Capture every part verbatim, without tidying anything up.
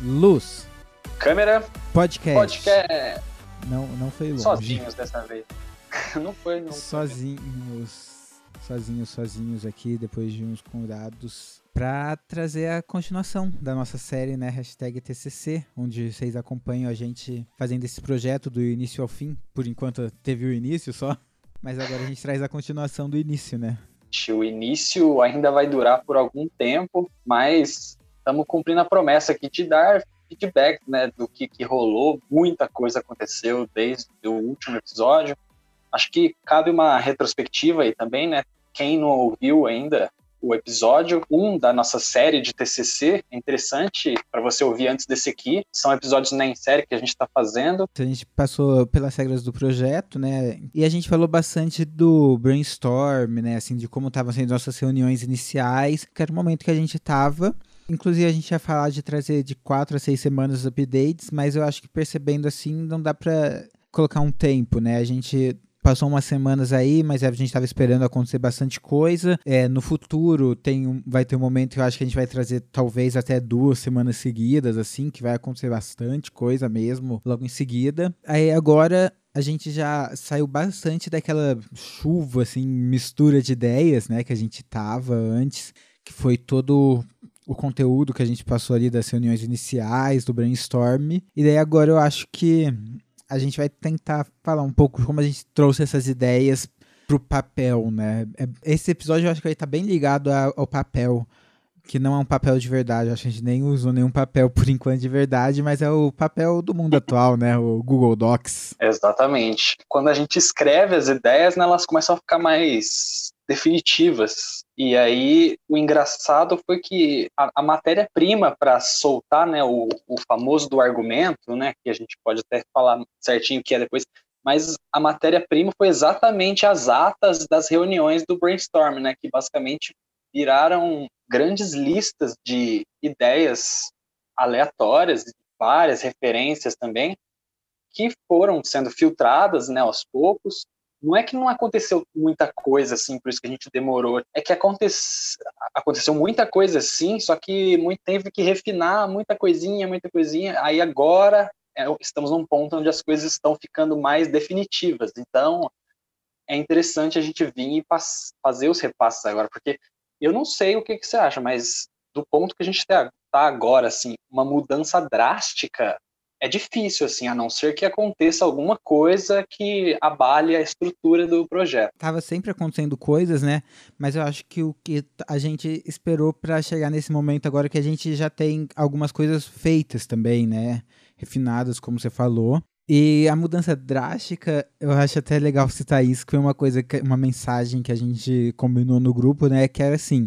Luz. Câmera. Podcast. Podcast. Não, não foi longe. Sozinhos dessa vez. Não foi, não. Sozinhos, sozinhos, sozinhos aqui, depois de uns convidados, pra trazer a continuação da nossa série, né, hashtag T C C, onde vocês acompanham a gente fazendo esse projeto do início ao fim. Por enquanto teve o início só, mas agora a gente traz a continuação do início, né? O início ainda vai durar por algum tempo, mas estamos cumprindo a promessa aqui de dar feedback, né, do que, que rolou. Muita coisa aconteceu desde o último episódio. Acho que cabe uma retrospectiva aí também, né? Quem não ouviu ainda o episódio um da nossa série de T C C, é interessante para você ouvir antes desse aqui. São episódios nem série que a gente está fazendo. A gente passou pelas regras do projeto, né? E a gente falou bastante do brainstorm, né? Assim, de como estavam sendo nossas reuniões iniciais, que era o momento que a gente estava. Inclusive, a gente ia falar de trazer de quatro a seis semanas updates, mas eu acho que percebendo assim, não dá para colocar um tempo, né? A gente passou umas semanas aí, mas a gente estava esperando acontecer bastante coisa. É, no futuro tem um, vai ter um momento que eu acho que a gente vai trazer talvez até duas semanas seguidas, assim, que vai acontecer bastante coisa mesmo logo em seguida. Aí agora a gente já saiu bastante daquela chuva, assim, mistura de ideias, né, que a gente tava antes, que foi todo o conteúdo que a gente passou ali das reuniões iniciais, do brainstorm. E daí agora eu acho que a gente vai tentar falar um pouco como a gente trouxe essas ideias pro papel, né? Esse episódio eu acho que vai estar bem ligado ao papel, que não é um papel de verdade. Eu acho que a gente nem usou nenhum papel por enquanto de verdade, mas é o papel do mundo atual, né? O Google Docs. Exatamente. Quando a gente escreve as ideias, né, elas começam a ficar mais definitivas. E aí, o engraçado foi que a, a matéria-prima para soltar, né, o, o famoso do argumento, né, que a gente pode até falar certinho o que é depois, mas a matéria-prima foi exatamente as atas das reuniões do brainstorm, né, que basicamente viraram grandes listas de ideias aleatórias, várias referências também, que foram sendo filtradas, né, aos poucos. Não é que não aconteceu muita coisa, assim, por isso que a gente demorou. É que aconte... aconteceu muita coisa, sim, só que muito... teve que refinar muita coisinha, muita coisinha. Aí agora é, estamos num ponto onde as coisas estão ficando mais definitivas. Então, é interessante a gente vir e pass... fazer os repasses agora, porque eu não sei o que, que você acha, mas do ponto que a gente está agora, assim, uma mudança drástica, é difícil, assim, a não ser que aconteça alguma coisa que abale a estrutura do projeto. Tava sempre acontecendo coisas, né? Mas eu acho que o que a gente esperou para chegar nesse momento agora, que a gente já tem algumas coisas feitas também, né? Refinadas, como você falou. E a mudança drástica, eu acho até legal citar isso, que foi uma coisa, uma mensagem que a gente combinou no grupo, né? Que era assim: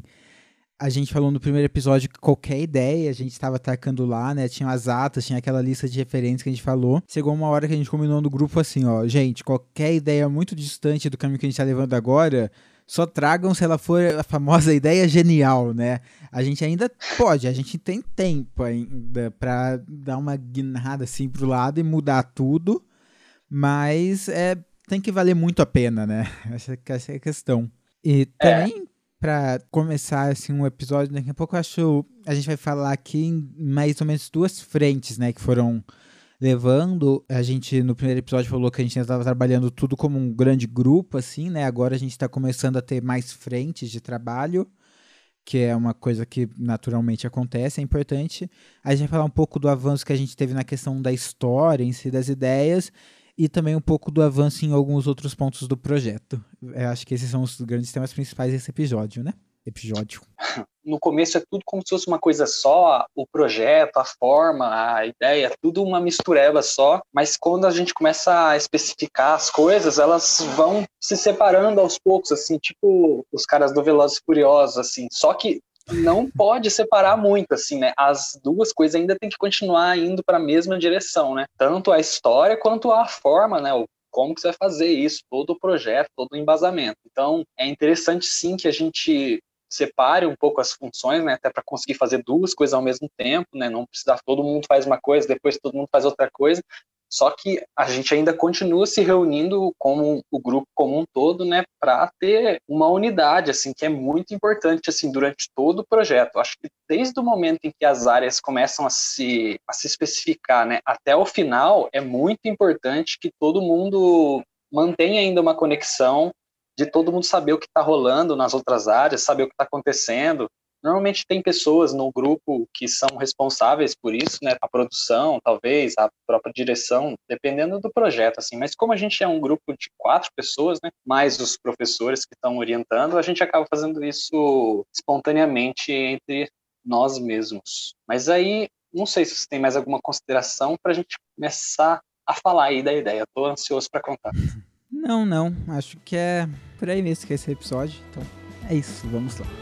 a gente falou no primeiro episódio que qualquer ideia a gente estava atacando lá, né? Tinha as atas, tinha aquela lista de referências que a gente falou. Chegou uma hora que a gente combinou no grupo assim, ó, gente, qualquer ideia muito distante do caminho que a gente tá levando agora, só tragam se ela for a famosa ideia genial, né? A gente ainda pode, a gente tem tempo ainda pra dar uma guinada assim pro lado e mudar tudo, mas é, tem que valer muito a pena, né? Essa, essa é a questão. E também... É. Pra começar assim, um episódio, daqui a pouco eu acho a gente vai falar aqui em mais ou menos duas frentes, né, que foram levando. A gente no primeiro episódio falou que a gente estava trabalhando tudo como um grande grupo, assim, né? Agora a gente está começando a ter mais frentes de trabalho, que é uma coisa que naturalmente acontece, é importante. A gente vai falar um pouco do avanço que a gente teve na questão da história em si, das ideias, e também um pouco do avanço em alguns outros pontos do projeto. Eu acho que esses são os grandes temas principais desse episódio, né? Episódio. No começo é tudo como se fosse uma coisa só, o projeto, a forma, a ideia, tudo uma mistureba só, mas quando a gente começa a especificar as coisas, elas vão se separando aos poucos, assim, tipo os caras do Velozes e Furiosos, assim, só que não pode separar muito, assim, né? As duas coisas ainda tem que continuar indo para a mesma direção, né? Tanto a história quanto a forma, né? O como que você vai fazer isso, todo o projeto, todo o embasamento. Então, é interessante, sim, que a gente separe um pouco as funções, né? Até para conseguir fazer duas coisas ao mesmo tempo, né? Não precisar todo mundo faz uma coisa, depois todo mundo faz outra coisa. Só que a gente ainda continua se reunindo como o grupo como um todo, né, para ter uma unidade, assim, que é muito importante, assim, durante todo o projeto. Acho que desde o momento em que as áreas começam a se, a se especificar, né, até o final, é muito importante que todo mundo mantenha ainda uma conexão, de todo mundo saber o que está rolando nas outras áreas, saber o que está acontecendo. Normalmente tem pessoas no grupo que são responsáveis por isso, né? A produção, talvez, a própria direção, dependendo do projeto, assim. Mas como a gente é um grupo de quatro pessoas, né? Mais os professores que estão orientando, a gente acaba fazendo isso espontaneamente entre nós mesmos. Mas aí, não sei se você tem mais alguma consideração para a gente começar a falar aí da ideia. Estou ansioso para contar. Não, não. Acho que é por aí mesmo que é esse episódio. Então, é isso. Vamos lá.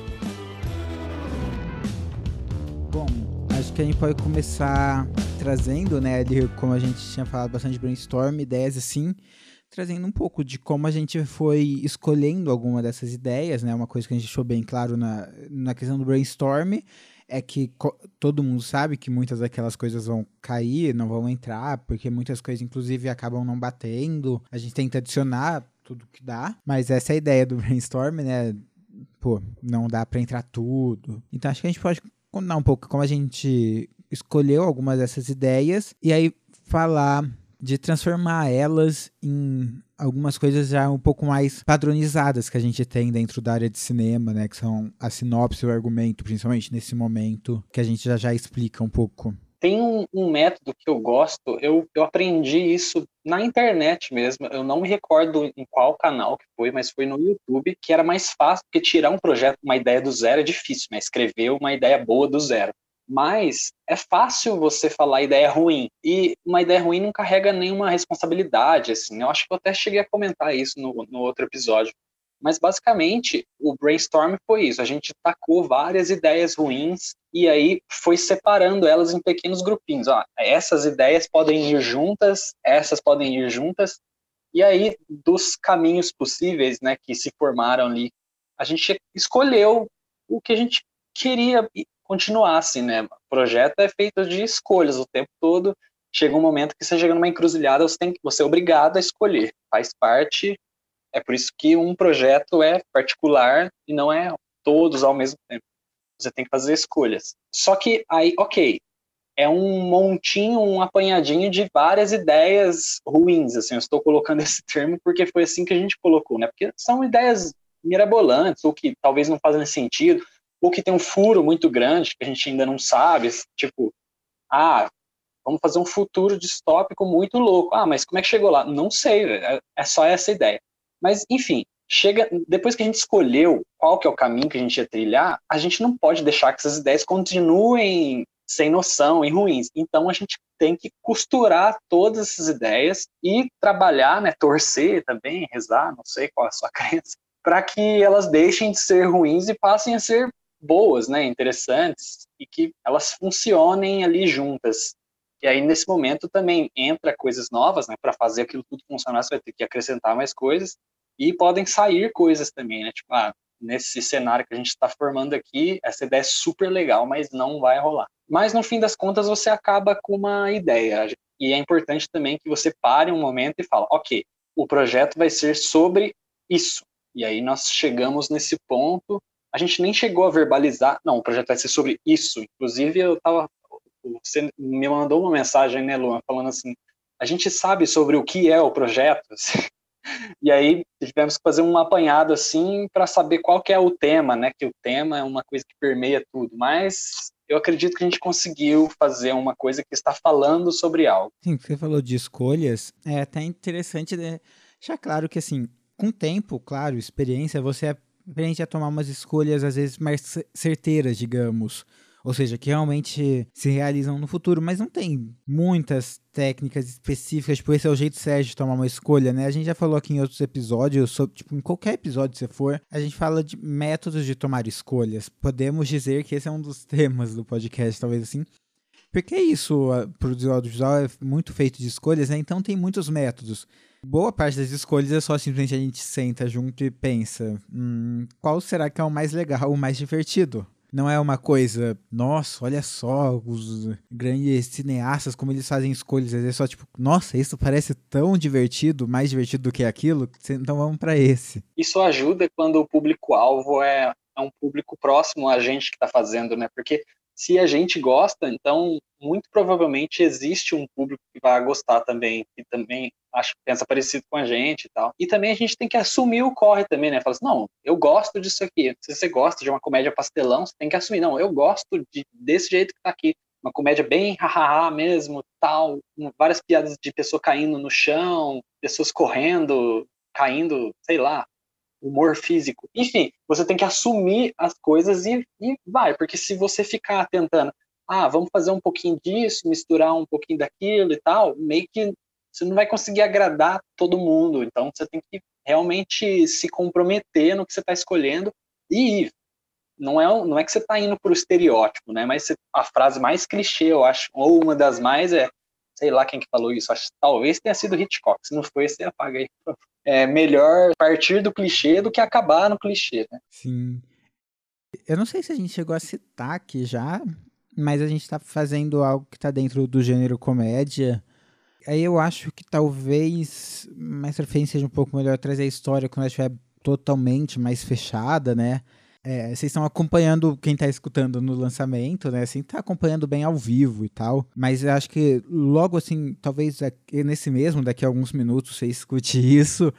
Bom, acho que a gente pode começar trazendo, né, ali, como a gente tinha falado bastante de brainstorm, ideias assim, trazendo um pouco de como a gente foi escolhendo alguma dessas ideias, né, uma coisa que a gente deixou bem claro na, na questão do brainstorm, é que co- todo mundo sabe que muitas daquelas coisas vão cair, não vão entrar, porque muitas coisas, inclusive, acabam não batendo, a gente tenta adicionar tudo que dá, mas essa é a ideia do brainstorm, né, pô, não dá pra entrar tudo, então acho que a gente pode contar um pouco como a gente escolheu algumas dessas ideias e aí falar de transformar elas em algumas coisas já um pouco mais padronizadas que a gente tem dentro da área de cinema, né? Que são a sinopse e o argumento, principalmente nesse momento, que a gente já já explica um pouco. Tem um, um método que eu gosto, eu, eu aprendi isso na internet mesmo, eu não me recordo em qual canal que foi, mas foi no YouTube, que era mais fácil, porque tirar um projeto, uma ideia do zero é difícil, né? Escrever uma ideia boa do zero. Mas é fácil você falar ideia ruim, e uma ideia ruim não carrega nenhuma responsabilidade, assim, eu acho que eu até cheguei a comentar isso no, no outro episódio. Mas, basicamente, o brainstorm foi isso. A gente tacou várias ideias ruins e aí foi separando elas em pequenos grupinhos. Ó, essas ideias podem ir juntas, essas podem ir juntas. E aí, dos caminhos possíveis, né, que se formaram ali, a gente escolheu o que a gente queria continuar, assim, né? O projeto é feito de escolhas o tempo todo. Chega um momento que você chega numa encruzilhada, você, tem, você é obrigado a escolher. Faz parte. É por isso que um projeto é particular e não é todos ao mesmo tempo. Você tem que fazer escolhas. Só que aí, ok, é um montinho, um apanhadinho de várias ideias ruins, assim, eu estou colocando esse termo porque foi assim que a gente colocou, né? Porque são ideias mirabolantes, ou que talvez não fazem sentido, ou que tem um furo muito grande que a gente ainda não sabe, tipo, ah, vamos fazer um futuro distópico muito louco. Ah, mas como é que chegou lá? Não sei, é, é só essa ideia. Mas, enfim, chega, depois que a gente escolheu qual que é o caminho que a gente ia trilhar, a gente não pode deixar que essas ideias continuem sem noção e ruins. Então, a gente tem que costurar todas essas ideias e trabalhar, né, torcer também, rezar, não sei qual é a sua crença, para que elas deixem de ser ruins e passem a ser boas, né, interessantes, e que elas funcionem ali juntas. E aí, nesse momento, também entra coisas novas, né? Para fazer aquilo tudo funcionar, você vai ter que acrescentar mais coisas. E podem sair coisas também, né? Tipo, ah, nesse cenário que a gente está formando aqui, essa ideia é super legal, mas não vai rolar. Mas, no fim das contas, você acaba com uma ideia. E é importante também que você pare um momento e fale, ok, o projeto vai ser sobre isso. E aí nós chegamos nesse ponto, a gente nem chegou a verbalizar, não, o projeto vai ser sobre isso. Inclusive, eu estava você me mandou uma mensagem, né, Luan, falando assim, a gente sabe sobre o que é o projeto, assim, e aí tivemos que fazer um apanhado, assim, para saber qual que é o tema, né, que o tema é uma coisa que permeia tudo, mas eu acredito que a gente conseguiu fazer uma coisa que está falando sobre algo. Sim, você falou de escolhas, é até interessante deixar claro que, assim, com tempo, claro, experiência, você aprende a tomar umas escolhas, às vezes, mais certeiras, digamos. Ou seja, que realmente se realizam no futuro, mas não tem muitas técnicas específicas, tipo, esse é o jeito certo de tomar uma escolha, né? A gente já falou aqui em outros episódios, sobre, tipo, em qualquer episódio que você for, a gente fala de métodos de tomar escolhas. Podemos dizer que esse é um dos temas do podcast, talvez assim. Porque é isso, a produção audiovisual é muito feito de escolhas, né? Então tem muitos métodos. Boa parte das escolhas é só simplesmente a gente senta junto e pensa, hum, qual será que é o mais legal, o mais divertido? Não é uma coisa, nossa, olha só, os grandes cineastas, como eles fazem escolhas. É só tipo, nossa, isso parece tão divertido, mais divertido do que aquilo, então vamos pra esse. Isso ajuda quando o público-alvo é, é um público próximo a gente que está fazendo, né? Porque se a gente gosta, então muito provavelmente existe um público que vai gostar também, que também acha, pensa parecido com a gente e tal. E também a gente tem que assumir o corre também, né? Fala assim, não, eu gosto disso aqui. Se você gosta de uma comédia pastelão, você tem que assumir. Não, eu gosto de, desse jeito que tá aqui. Uma comédia bem hahaha mesmo, tal, várias piadas de pessoa caindo no chão, pessoas correndo, caindo, sei lá, humor físico. Enfim, você tem que assumir as coisas e, e vai, porque se você ficar tentando, ah, vamos fazer um pouquinho disso, misturar um pouquinho daquilo e tal, meio que você não vai conseguir agradar todo mundo. Então você tem que realmente se comprometer no que você está escolhendo e ir. Não é, não é que você está indo para o estereótipo, né? Mas você, a frase mais clichê, eu acho, ou uma das mais é, sei lá quem que falou isso, acho, talvez tenha sido Hitchcock. Se não foi, você apaga aí. É melhor partir do clichê do que acabar no clichê, né? Sim. Eu não sei se a gente chegou a citar aqui já, mas a gente tá fazendo algo que tá dentro do gênero comédia. Aí eu acho que talvez mais pra frente seja um pouco melhor trazer a história quando ela estiver totalmente mais fechada, né? É, vocês estão acompanhando quem tá escutando no lançamento, né? Assim, tá acompanhando bem ao vivo e tal. Mas eu acho que logo assim, talvez nesse mesmo, daqui a alguns minutos, você escute isso.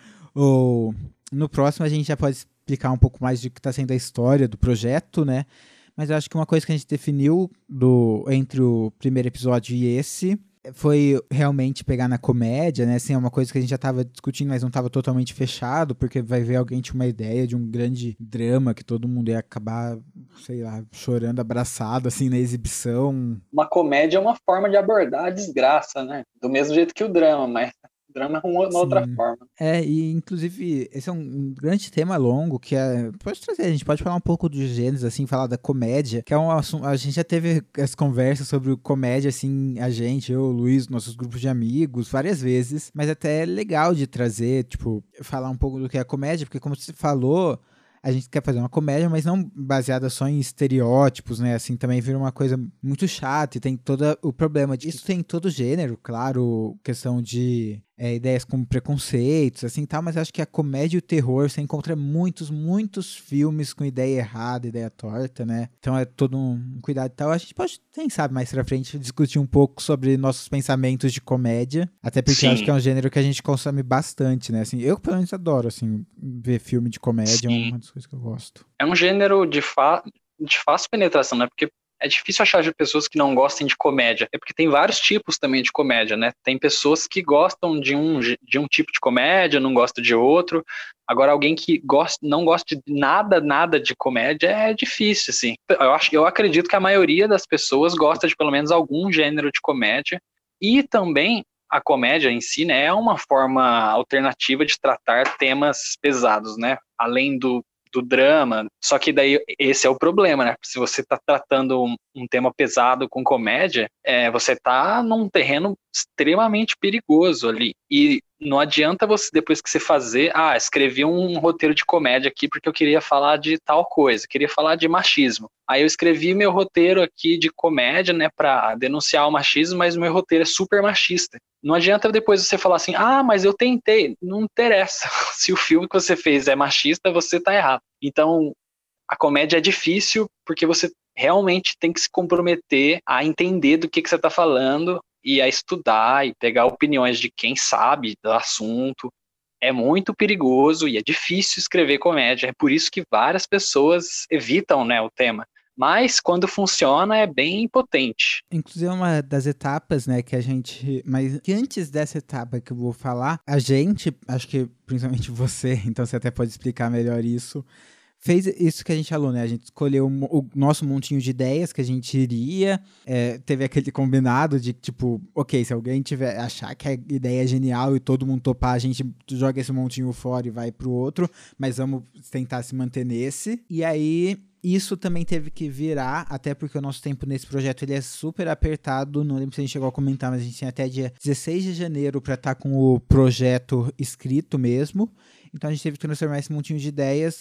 Ou no próximo a gente já pode explicar um pouco mais de que tá sendo a história do projeto, né? Mas eu acho que uma coisa que a gente definiu do, entre o primeiro episódio e esse foi realmente pegar na comédia, né? Assim, é uma coisa que a gente já tava discutindo, mas não tava totalmente fechado, porque vai ver alguém tinha uma ideia de um grande drama que todo mundo ia acabar, sei lá, chorando abraçado, assim, na exibição. Uma comédia é uma forma de abordar a desgraça, né? Do mesmo jeito que o drama, mas o drama é uma, uma outra Sim. forma. É, e inclusive, esse é um, um grande tema longo, que é... Pode trazer, a gente pode falar um pouco dos gêneros, assim, falar da comédia, que é um assunto... A gente já teve as conversas sobre comédia, assim, a gente, eu, o Luiz, nossos grupos de amigos, várias vezes, mas até é legal de trazer, tipo, falar um pouco do que é a comédia, porque como você falou... A gente quer fazer uma comédia, mas não baseada só em estereótipos, né? Assim, também vira uma coisa muito chata e tem todo o problema disso. Isso tem em todo gênero, claro, questão de é, ideias como preconceitos, assim, tal, mas acho que a comédia e o terror, você encontra muitos, muitos filmes com ideia errada, ideia torta, né? Então é todo um cuidado e tal. A gente pode, quem sabe, mais pra frente, discutir um pouco sobre nossos pensamentos de comédia, até porque Sim. eu acho que é um gênero que a gente consome bastante, né? Assim, eu, pelo menos, adoro, assim, ver filme de comédia, Sim. é uma das coisas que eu gosto. É um gênero de, fa... de fácil penetração, né? Porque é difícil achar de pessoas que não gostem de comédia. É porque tem vários tipos também de comédia, né? Tem pessoas que gostam de um, de um tipo de comédia, não gostam de outro. Agora, alguém que gosta, não gosta de nada, nada de comédia é difícil, assim. Eu, acho, eu acredito que a maioria das pessoas gosta de pelo menos algum gênero de comédia. E também a comédia em si, né, é uma forma alternativa de tratar temas pesados, né? Além do do drama, só que daí esse é o problema, né? Se você tá tratando um, um tema pesado com comédia, é, você tá num terreno extremamente perigoso ali, e não adianta você, depois que você fazer, ah, escrevi um roteiro de comédia aqui porque eu queria falar de tal coisa, queria falar de machismo. Aí eu escrevi meu roteiro aqui de comédia, né, pra denunciar o machismo, mas o meu roteiro é super machista. Não adianta depois você falar assim, ah, mas eu tentei. Não interessa. Se o filme que você fez é machista, você tá errado. Então, a comédia é difícil porque você realmente tem que se comprometer a entender do que, que você tá falando e a estudar e pegar opiniões de quem sabe do assunto. É muito perigoso e é difícil escrever comédia. É por isso que várias pessoas evitam, né, o tema. Mas quando funciona é bem potente. Inclusive uma das etapas, né, que a gente... Mas que antes dessa etapa que eu vou falar, a gente, acho que principalmente você, então você até pode explicar melhor isso, fez isso que a gente falou, né? A gente escolheu o nosso montinho de ideias que a gente iria, é, teve aquele combinado de, tipo, ok, se alguém tiver achar que a ideia é genial e todo mundo topar, a gente joga esse montinho fora e vai pro outro, mas vamos tentar se manter nesse. E aí... Isso também teve que virar, até porque o nosso tempo nesse projeto ele é super apertado, não lembro se a gente chegou a comentar, mas a gente tem até dia dezesseis de janeiro para estar com o projeto escrito mesmo, então a gente teve que transformar esse montinho de ideias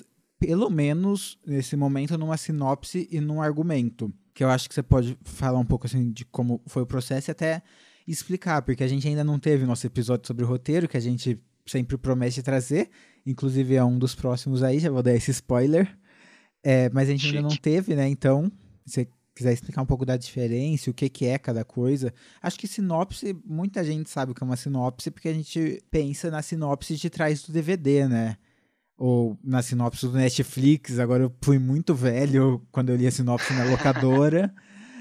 pelo menos, nesse momento, numa sinopse e num argumento. Que eu acho que você pode falar um pouco, assim, de como foi o processo e até explicar, porque a gente ainda não teve nosso episódio sobre o roteiro, que a gente sempre promete trazer, inclusive é um dos próximos aí, já vou dar esse spoiler, é, mas a gente Chique. ainda não teve, né, então, se você quiser explicar um pouco da diferença, o que, que é cada coisa, acho que sinopse, muita gente sabe o que é uma sinopse, porque a gente pensa na sinopse de trás do D V D, né, ou na sinopse do Netflix. Agora eu fui muito velho quando eu li a sinopse na locadora,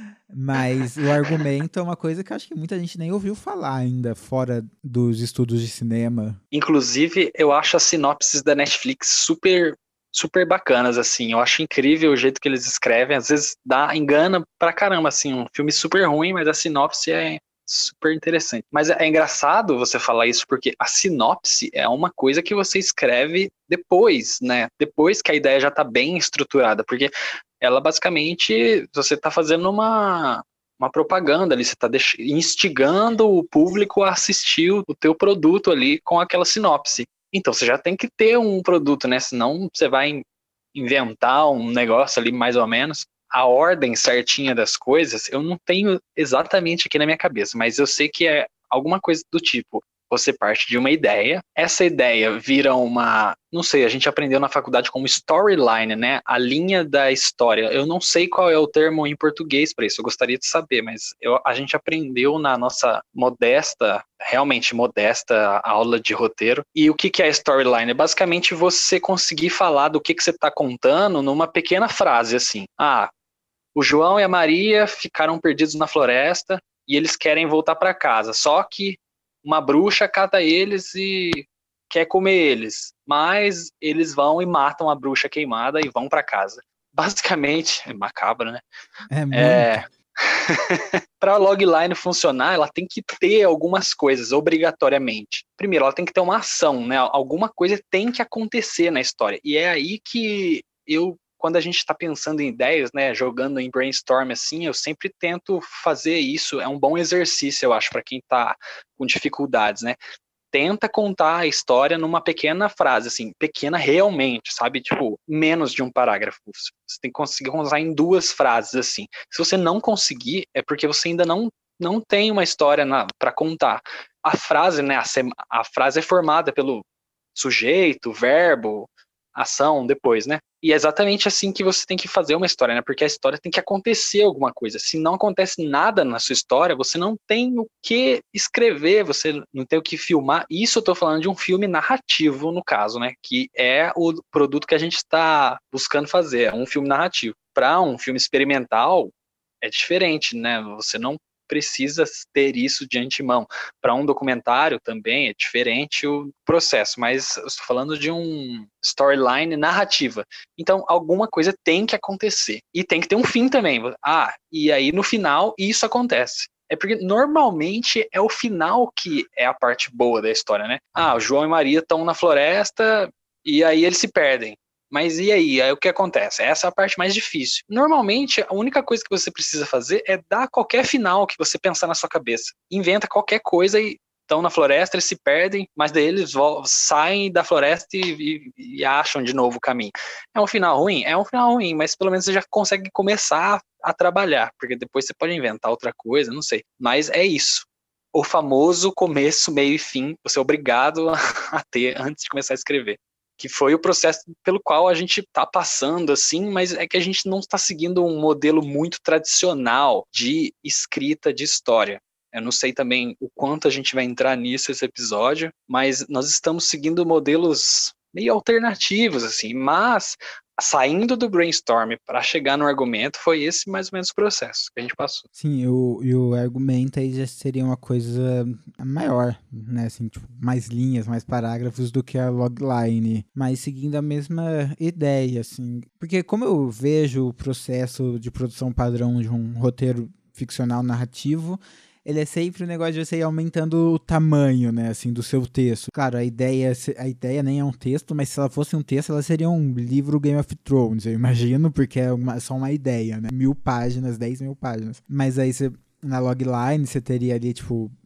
mas o argumento é uma coisa que eu acho que muita gente nem ouviu falar ainda, fora dos estudos de cinema. Inclusive, eu acho as sinopses da Netflix super, super bacanas, assim. Eu acho incrível o jeito que eles escrevem. Às vezes dá, engana pra caramba, assim. Um filme super ruim, mas a sinopse é super interessante. Mas é engraçado você falar isso, porque a sinopse é uma coisa que você escreve depois, né? Depois que a ideia já tá bem estruturada, porque ela basicamente, você tá fazendo uma, uma propaganda ali, você tá deix- instigando o público a assistir o, o teu produto ali com aquela sinopse. Então você já tem que ter um produto, né? Senão você vai inventar um negócio ali mais ou menos. A ordem certinha das coisas, eu não tenho exatamente aqui na minha cabeça, mas eu sei que é alguma coisa do tipo, você parte de uma ideia, essa ideia vira uma, não sei, a gente aprendeu na faculdade como storyline, né? A linha da história. Eu não sei qual é o termo em português para isso, eu gostaria de saber, mas eu, a gente aprendeu na nossa modesta, realmente modesta aula de roteiro. E o que, que é storyline? É basicamente você conseguir falar do que, que você está contando numa pequena frase, assim. Ah, o João e a Maria ficaram perdidos na floresta e eles querem voltar para casa. Só que uma bruxa cata eles e quer comer eles. Mas eles vão e matam a bruxa queimada e vão para casa. Basicamente, é macabro, né? É muito. É... Para a logline funcionar, ela tem que ter algumas coisas, obrigatoriamente. Primeiro, ela tem que ter uma ação, né? Alguma coisa tem que acontecer na história. E é aí que eu, quando a gente está pensando em ideias, né, jogando em brainstorm assim, eu sempre tento fazer isso. É um bom exercício, eu acho, para quem está com dificuldades, né? Tenta contar a história numa pequena frase, assim, pequena realmente, sabe? Tipo, menos de um parágrafo. Você tem que conseguir contar em duas frases, assim. Se você não conseguir, é porque você ainda não, não tem uma história para contar. A frase, né? A, a frase é formada pelo sujeito, verbo, ação, depois, né? E é exatamente assim que você tem que fazer uma história, né? Porque a história tem que acontecer alguma coisa. Se não acontece nada na sua história, você não tem o que escrever, você não tem o que filmar. Isso eu tô falando de um filme narrativo, no caso, né? Que é o produto que a gente está buscando fazer, é um filme narrativo. Para um filme experimental, é diferente, né? Você não precisa ter isso de antemão. Para um documentário também é diferente o processo, mas eu estou falando de um storyline narrativa. Então, alguma coisa tem que acontecer. E tem que ter um fim também. Ah, e aí no final isso acontece. É porque normalmente é o final que é a parte boa da história, né? Ah, o João e Maria estão na floresta e aí eles se perdem. Mas e aí? Aí o que acontece? Essa é a parte mais difícil. Normalmente, a única coisa que você precisa fazer é dar qualquer final que você pensar na sua cabeça. Inventa qualquer coisa e estão na floresta, eles se perdem, mas daí eles saem da floresta e, e, e acham de novo o caminho. É um final ruim? É um final ruim, mas pelo menos você já consegue começar a trabalhar, porque depois você pode inventar outra coisa, não sei. Mas é isso. O famoso começo, meio e fim, você é obrigado a ter antes de começar a escrever. Que foi o processo pelo qual a gente está passando, assim, mas é que a gente não está seguindo um modelo muito tradicional de escrita de história. Eu não sei também o quanto a gente vai entrar nisso esse episódio, mas nós estamos seguindo modelos meio alternativos, assim, mas saindo do brainstorm para chegar no argumento foi esse mais ou menos o processo que a gente passou. Sim, o, e o argumento aí já seria uma coisa maior, né, assim, tipo, mais linhas, mais parágrafos do que a logline, mas seguindo a mesma ideia, assim, porque como eu vejo o processo de produção padrão de um roteiro ficcional narrativo, ele é sempre o negócio de você ir aumentando o tamanho, né, assim, do seu texto. Claro, a ideia, a ideia nem é um texto, mas se ela fosse um texto, ela seria um livro Game of Thrones, eu imagino, porque é uma, só uma ideia, né, mil páginas, dez mil páginas. Mas aí você, na logline, você teria ali, tipo,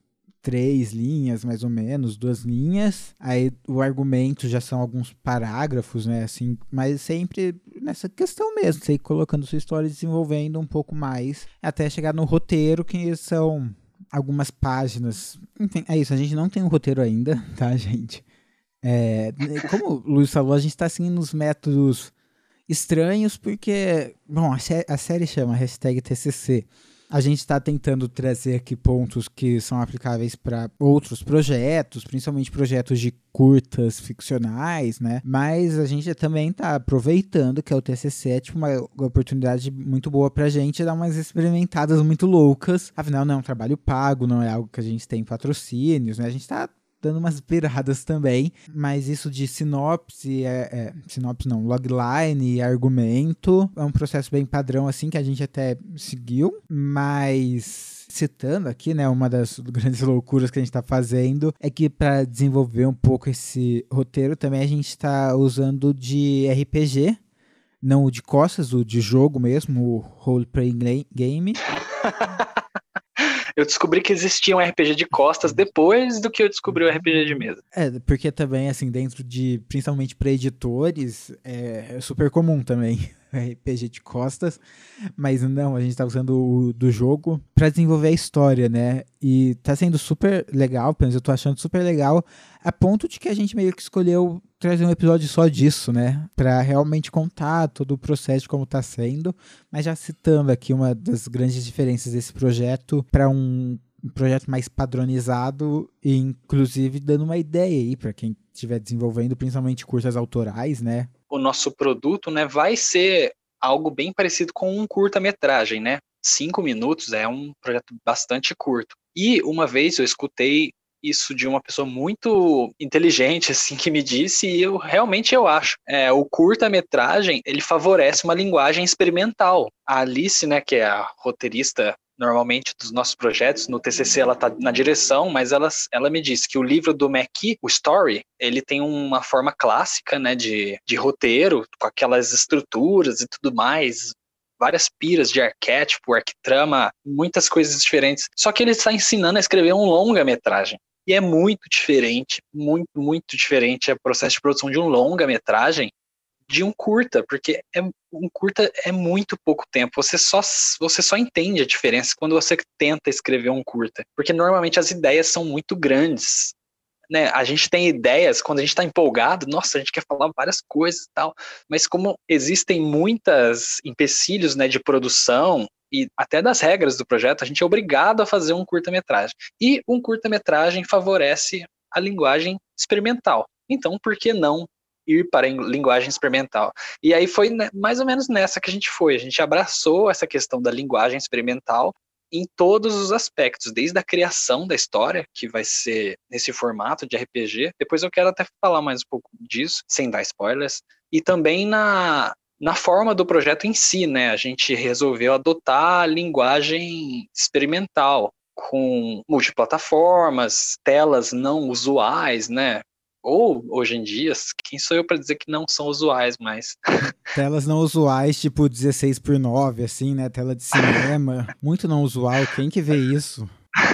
três linhas, mais ou menos, duas linhas. Aí o argumento já são alguns parágrafos, né, assim, mas sempre nessa questão mesmo, você ir colocando sua história e desenvolvendo um pouco mais, até chegar no roteiro, que são algumas páginas. Enfim, é isso, a gente não tem um roteiro ainda, tá, gente? É, como o Luiz falou, a gente tá seguindo uns métodos estranhos, porque, bom, a, sé- a série chama hashtag T C C. A gente está tentando trazer aqui pontos que são aplicáveis para outros projetos, principalmente projetos de curtas ficcionais, né? Mas a gente também está aproveitando que é o T C C é tipo uma oportunidade muito boa para a gente dar umas experimentadas muito loucas. Afinal, não é um trabalho pago, não é algo que a gente tem patrocínios, né? A gente está dando umas piradas também, mas isso de sinopse, é, é, sinopse não, logline e argumento, é um processo bem padrão assim que a gente até seguiu, mas citando aqui, né, uma das grandes loucuras que a gente está fazendo é que para desenvolver um pouco esse roteiro também a gente está usando de R P G, não o de costas, o de jogo mesmo, o Role Playing Game. Eu descobri que existia um R P G de costas depois do que eu descobri o R P G de mesa. É, porque também, assim, dentro de, principalmente para editores, é, é super comum também R P G de costas, mas não, a gente tá usando o do jogo para desenvolver a história, né? E tá sendo super legal, pelo menos eu tô achando super legal, a ponto de que a gente meio que escolheu trazer um episódio só disso, né? Pra realmente contar todo o processo de como tá sendo, mas já citando aqui uma das grandes diferenças desse projeto para um um projeto mais padronizado e inclusive dando uma ideia aí para quem estiver desenvolvendo, principalmente curtas autorais, né? O nosso produto, né, vai ser algo bem parecido com um curta-metragem, né? Cinco minutos é um projeto bastante curto. E uma vez eu escutei isso de uma pessoa muito inteligente, assim, que me disse, e eu realmente eu acho. É, o curta-metragem, ele favorece uma linguagem experimental. A Alice, né, que é a roteirista normalmente dos nossos projetos, no T C C ela está na direção, mas ela, ela me disse que o livro do McKee, o Story, ele tem uma forma clássica, né, de, de roteiro, com aquelas estruturas e tudo mais, várias piras de arquétipo, arquitrama, muitas coisas diferentes. Só que ele está ensinando a escrever um longa-metragem. E é muito diferente, muito, muito diferente o processo de produção de um longa-metragem de um curta, porque é, um curta é muito pouco tempo. Você só, você só entende a diferença quando você tenta escrever um curta. Porque normalmente as ideias são muito grandes. Né? A gente tem ideias, quando a gente está empolgado, nossa, a gente quer falar várias coisas e tal. Mas como existem muitos empecilhos, né, de produção e até das regras do projeto, a gente é obrigado a fazer um curta-metragem. E um curta-metragem favorece a linguagem experimental. Então, por que não ir para a linguagem experimental? E aí foi mais ou menos nessa que a gente foi. A gente abraçou essa questão da linguagem experimental em todos os aspectos, desde a criação da história, que vai ser nesse formato de R P G. Depois eu quero até falar mais um pouco disso, sem dar spoilers. E também na, na forma do projeto em si, né? A gente resolveu adotar a linguagem experimental, com multiplataformas, telas não usuais, né? Ou, hoje em dia, quem sou eu para dizer que não são usuais, mas... Telas não usuais, tipo dezesseis por nove, assim, né? Tela de cinema. Muito não usual. Quem que vê isso?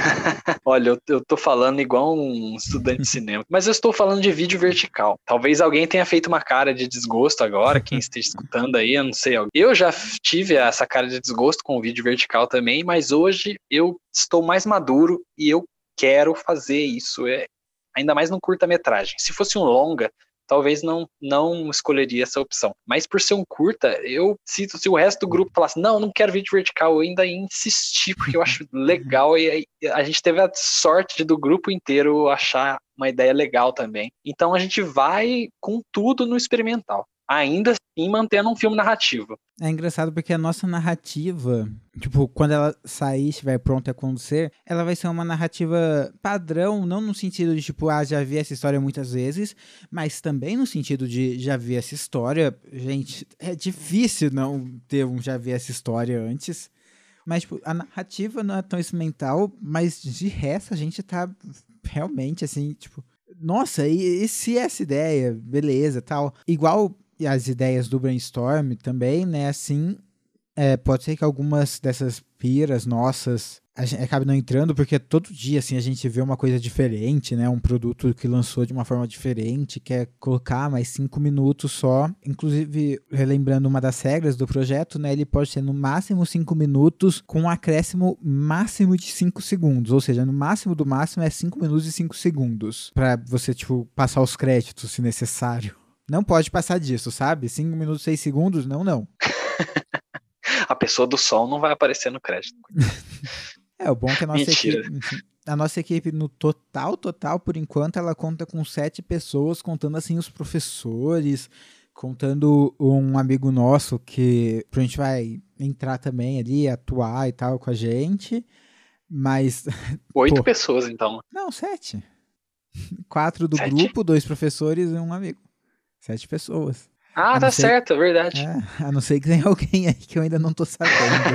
Olha, eu, eu tô falando igual um estudante de cinema, mas eu estou falando de vídeo vertical. Talvez alguém tenha feito uma cara de desgosto agora, quem esteja escutando aí, eu não sei. Eu já tive essa cara de desgosto com o vídeo vertical também, mas hoje eu estou mais maduro e eu quero fazer isso. É, ainda mais no curta-metragem. Se fosse um longa, talvez não, não escolheria essa opção. Mas por ser um curta, eu se, se o resto do grupo falasse, não, não quero vídeo vertical, eu ainda ia insistir, porque eu acho legal, e a gente teve a sorte do grupo inteiro achar uma ideia legal também. Então a gente vai com tudo no experimental, ainda assim mantendo um filme narrativo. É engraçado porque a nossa narrativa, tipo, quando ela sair, estiver pronta a acontecer, ela vai ser uma narrativa padrão, não no sentido de, tipo, ah, já vi essa história muitas vezes, mas também no sentido de já vi essa história. Gente, é difícil não ter um já vi essa história antes, mas, tipo, a narrativa não é tão experimental, mas de resto a gente tá realmente, assim, tipo, nossa, e, e se essa ideia, beleza, tal, igual... E as ideias do brainstorm também, né, assim, É, pode ser que algumas dessas piras nossas a gente acabe não entrando, porque todo dia assim, a gente vê uma coisa diferente, né? Um produto que lançou de uma forma diferente, quer colocar mais cinco minutos só. Inclusive, relembrando uma das regras do projeto, né? Ele pode ter no máximo cinco minutos com um acréscimo máximo de cinco segundos. Ou seja, no máximo do máximo é cinco minutos e cinco segundos. Pra você, tipo, passar os créditos, se necessário. Não pode passar disso, sabe? cinco minutos e seis segundos, não, não. A pessoa do som não vai aparecer no crédito. É, o bom é que a nossa Mentira. equipe, a nossa equipe no total, total, por enquanto, ela conta com sete pessoas, contando assim os professores, contando um amigo nosso que a gente vai entrar também ali, atuar e tal com a gente, mas... Oito pô, pessoas, então. Não, sete. Quatro do Sete? grupo, dois professores e um amigo. Sete pessoas. Ah, A não tá ser- certo, é verdade. É, a não ser que tenha alguém aí que eu ainda não tô sabendo.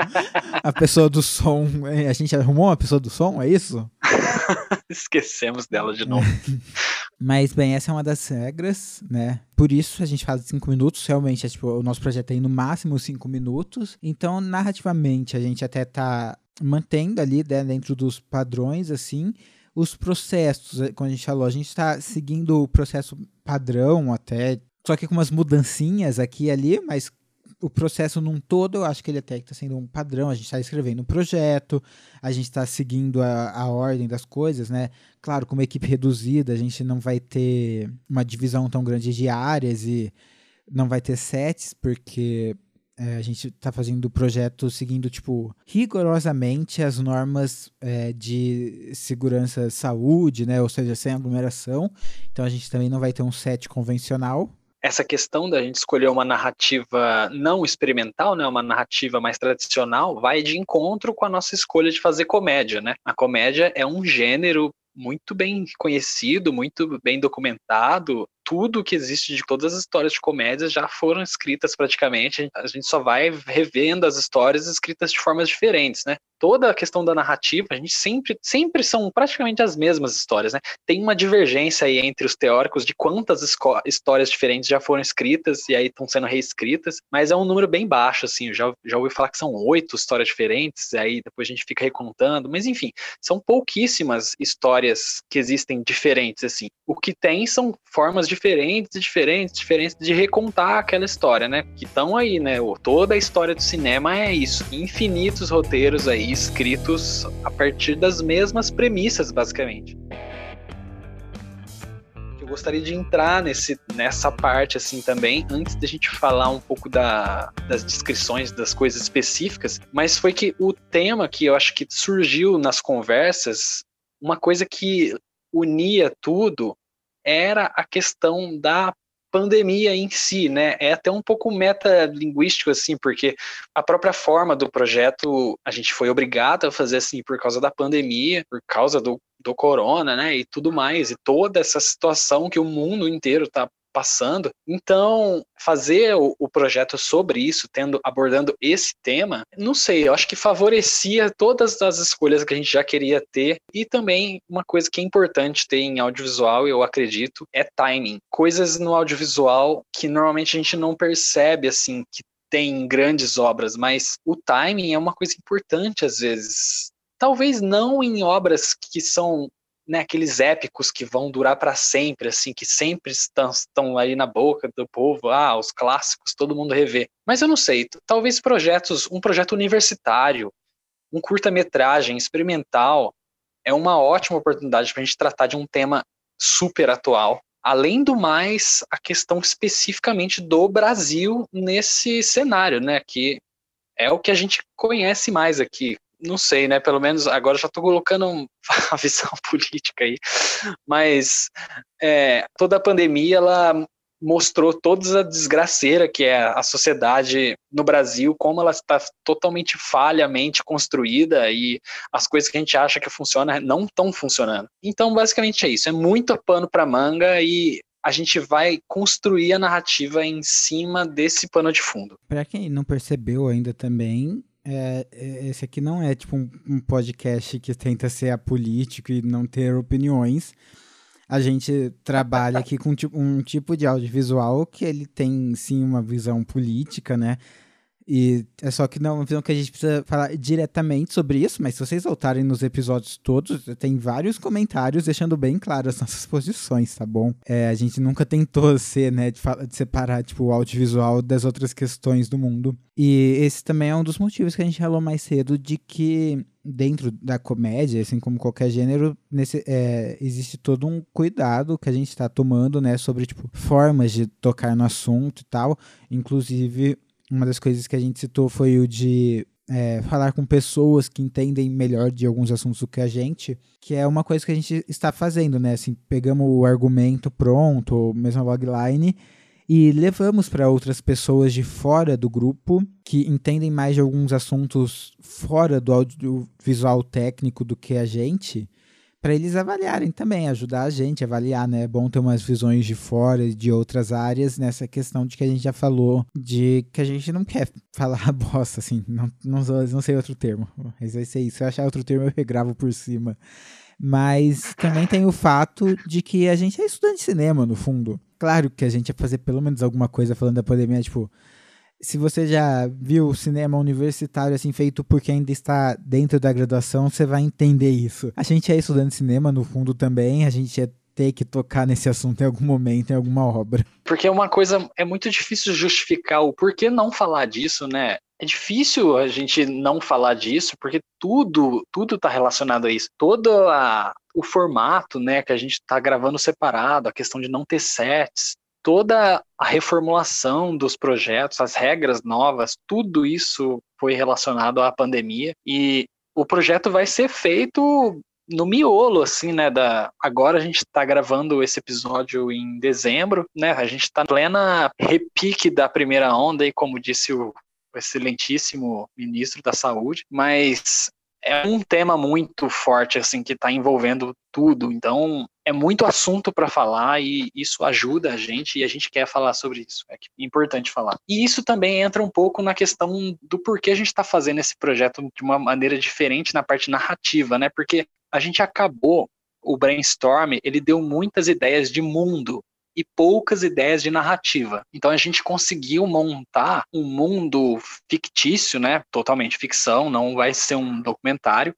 A pessoa do som, é, a gente arrumou uma pessoa do som, é isso? Esquecemos dela de novo. Mas, bem, essa é uma das regras, né? Por isso a gente faz cinco minutos, realmente, é, tipo, o nosso projeto tem no máximo cinco minutos. Então, narrativamente, a gente até tá mantendo ali, né, dentro dos padrões, assim, os processos. Quando a gente falou, a gente tá seguindo o processo padrão até, só que com umas mudancinhas aqui e ali, mas o processo num todo, eu acho que ele até está sendo um padrão. A gente está escrevendo um projeto, a gente está seguindo a, a ordem das coisas, né? Claro, com uma equipe reduzida, a gente não vai ter uma divisão tão grande de áreas e não vai ter sets, porque é, a gente está fazendo o projeto seguindo, tipo, rigorosamente as normas é, de segurança saúde, né? Ou seja, sem aglomeração. Então a gente também não vai ter um set convencional. Essa questão da gente escolher uma narrativa não experimental, né, uma narrativa mais tradicional, vai de encontro com a nossa escolha de fazer comédia, né? A comédia é um gênero muito bem conhecido, muito bem documentado. Tudo que existe de todas as histórias de comédias já foram escritas praticamente. A gente só vai revendo as histórias escritas de formas diferentes, né? Toda a questão da narrativa, a gente sempre, sempre são praticamente as mesmas histórias, né? Tem uma divergência aí entre os teóricos de quantas histórias diferentes já foram escritas e aí estão sendo reescritas, mas é um número bem baixo, assim. Eu já, já ouvi falar que são oito histórias diferentes, e aí depois a gente fica recontando, mas enfim, são pouquíssimas histórias que existem diferentes, assim. O que tem são formas diferentes, diferentes, diferentes de recontar aquela história, né? Que estão aí, né? Toda a história do cinema é isso. Infinitos roteiros aí escritos a partir das mesmas premissas, basicamente. Eu gostaria de entrar nesse, nessa parte assim também, antes da gente falar um pouco da, das descrições das coisas específicas, mas foi que o tema que eu acho que surgiu nas conversas, uma coisa que unia tudo era a questão da pandemia em si, né? É até um pouco metalinguístico, assim, porque a própria forma do projeto a gente foi obrigado a fazer assim por causa da pandemia, por causa do, do corona, né? E tudo mais, e toda essa situação que o mundo inteiro está passando. Então, fazer o, o projeto sobre isso, tendo abordando esse tema, não sei, eu acho que favorecia todas as escolhas que a gente já queria ter, e também uma coisa que é importante ter em audiovisual, eu acredito, é timing. Coisas no audiovisual que normalmente a gente não percebe, assim, que tem grandes obras, mas o timing é uma coisa importante às vezes. Talvez não em obras que são, né, aqueles épicos que vão durar para sempre, assim, que sempre estão, estão aí na boca do povo, ah, os clássicos, todo mundo revê. Mas eu não sei, talvez projetos, um projeto universitário, um curta-metragem experimental, é uma ótima oportunidade para a gente tratar de um tema super atual. Além do mais, a questão especificamente do Brasil nesse cenário, né, que é o que a gente conhece mais aqui. Não sei, né? Pelo menos agora já estou colocando a visão política aí. Mas é, toda a pandemia, ela mostrou toda a desgraceira que é a sociedade no Brasil, como ela está totalmente falhamente construída e as coisas que a gente acha que funcionam não estão funcionando. Então, basicamente é isso. É muito pano para manga e a gente vai construir a narrativa em cima desse pano de fundo. Para quem não percebeu ainda também, é, esse aqui não é tipo um, um podcast que tenta ser apolítico e não ter opiniões. A gente trabalha aqui com um tipo de audiovisual que ele tem sim uma visão política, né? E é só que não é uma visão que a gente precisa falar diretamente sobre isso, mas se vocês voltarem nos episódios todos, tem vários comentários deixando bem claro as nossas posições, tá bom? É, a gente nunca tentou ser, né, de, falar, de separar, tipo, o audiovisual das outras questões do mundo. E esse também é um dos motivos que a gente falou mais cedo de que dentro da comédia, assim como qualquer gênero, nesse, é, existe todo um cuidado que a gente está tomando, né, sobre, tipo, formas de tocar no assunto e tal. Inclusive, uma das coisas que a gente citou foi o de é, falar com pessoas que entendem melhor de alguns assuntos do que a gente, que é uma coisa que a gente está fazendo, né? Assim, pegamos o argumento pronto, ou mesmo a logline, e levamos para outras pessoas de fora do grupo, que entendem mais de alguns assuntos fora do audiovisual técnico do que a gente, para eles avaliarem também, ajudar a gente a avaliar, né? É bom ter umas visões de fora, de outras áreas, nessa questão de que a gente já falou, de que a gente não quer falar bosta, assim, não, não, não sei outro termo, mas vai ser isso. Se eu achar outro termo, eu regravo por cima. Mas também tem o fato de que a gente é estudante de cinema, no fundo. Claro que a gente ia fazer pelo menos alguma coisa falando da pandemia, tipo... Se você já viu cinema universitário assim feito porque ainda está dentro da graduação, você vai entender isso. A gente é estudante de cinema, no fundo também, a gente ia ter que tocar nesse assunto em algum momento, em alguma obra. Porque uma coisa, é muito difícil justificar o porquê não falar disso, né? É difícil a gente não falar disso, porque tudo tudo está relacionado a isso. Todo a, o formato, né, que a gente está gravando separado, a questão de não ter sets, toda a reformulação dos projetos, as regras novas, tudo isso foi relacionado à pandemia. E o projeto vai ser feito no miolo, assim, né? Da... Agora a gente está gravando esse episódio em dezembro, né? A gente está em plena repique da primeira onda, e como disse o excelentíssimo ministro da Saúde, mas é um tema muito forte, assim, que está envolvendo tudo. Então, é muito assunto para falar e isso ajuda a gente e a gente quer falar sobre isso. É importante falar. E isso também entra um pouco na questão do porquê a gente está fazendo esse projeto de uma maneira diferente na parte narrativa, né? Porque a gente acabou, o brainstorm, ele deu muitas ideias de mundo e poucas ideias de narrativa. Então a gente conseguiu montar um mundo fictício, né? Totalmente ficção, não vai ser um documentário,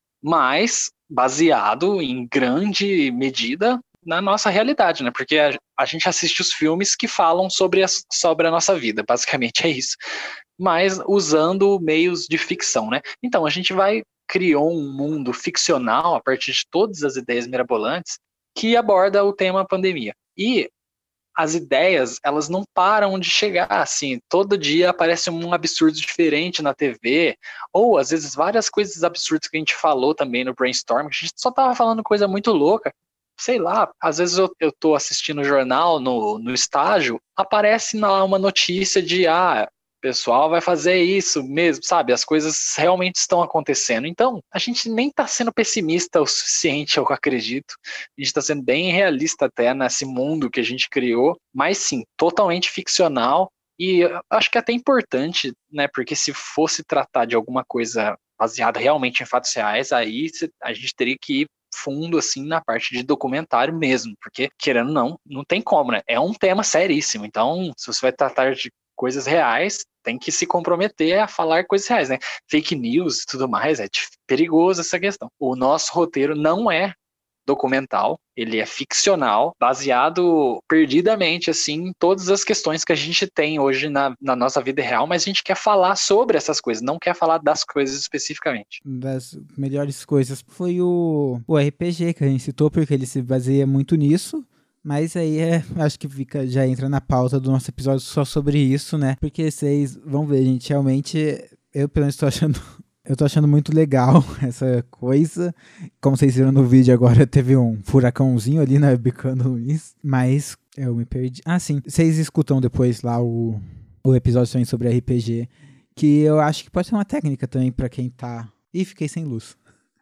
mas baseado em grande medida na nossa realidade, né? Porque a, a gente assiste os filmes que falam sobre a, sobre a nossa vida, basicamente é isso. Mas usando meios de ficção, né? Então a gente vai criou um mundo ficcional a partir de todas as ideias mirabolantes que aborda o tema pandemia. E as ideias, elas não param de chegar, assim, todo dia aparece um absurdo diferente na T V, ou às vezes várias coisas absurdas que a gente falou também no brainstorm, que a gente só tava falando coisa muito louca, sei lá, às vezes eu, eu tô assistindo o jornal no, no estágio, aparece lá uma notícia de, ah, o pessoal vai fazer isso mesmo, sabe? As coisas realmente estão acontecendo. Então, a gente nem está sendo pessimista o suficiente, eu acredito. A gente está sendo bem realista até nesse mundo que a gente criou, mas sim, totalmente ficcional. E acho que é até importante, né? Porque se fosse tratar de alguma coisa baseada realmente em fatos reais, aí a gente teria que ir fundo, assim, na parte de documentário mesmo. Porque, querendo ou não, não tem como, né? É um tema seríssimo. Então, se você vai tratar de coisas reais, tem que se comprometer a falar coisas reais, né? Fake news e tudo mais, é perigoso essa questão. O nosso roteiro não é documental, ele é ficcional, baseado perdidamente, assim, em todas as questões que a gente tem hoje na, na nossa vida real, mas a gente quer falar sobre essas coisas, não quer falar das coisas especificamente. Das melhores coisas foi o, o R P G que a gente citou, porque ele se baseia muito nisso. Mas aí é, acho que fica, já entra na pauta do nosso episódio só sobre isso, né? Porque vocês vão ver, gente, realmente, eu pelo menos tô achando, eu tô achando muito legal essa coisa. Como vocês viram no vídeo agora, teve um furacãozinho ali na webcam do Luiz, mas eu me perdi. Ah, sim, vocês escutam depois lá o, o episódio também sobre R P G, que eu acho que pode ser uma técnica também pra quem tá... Ih, fiquei sem luz.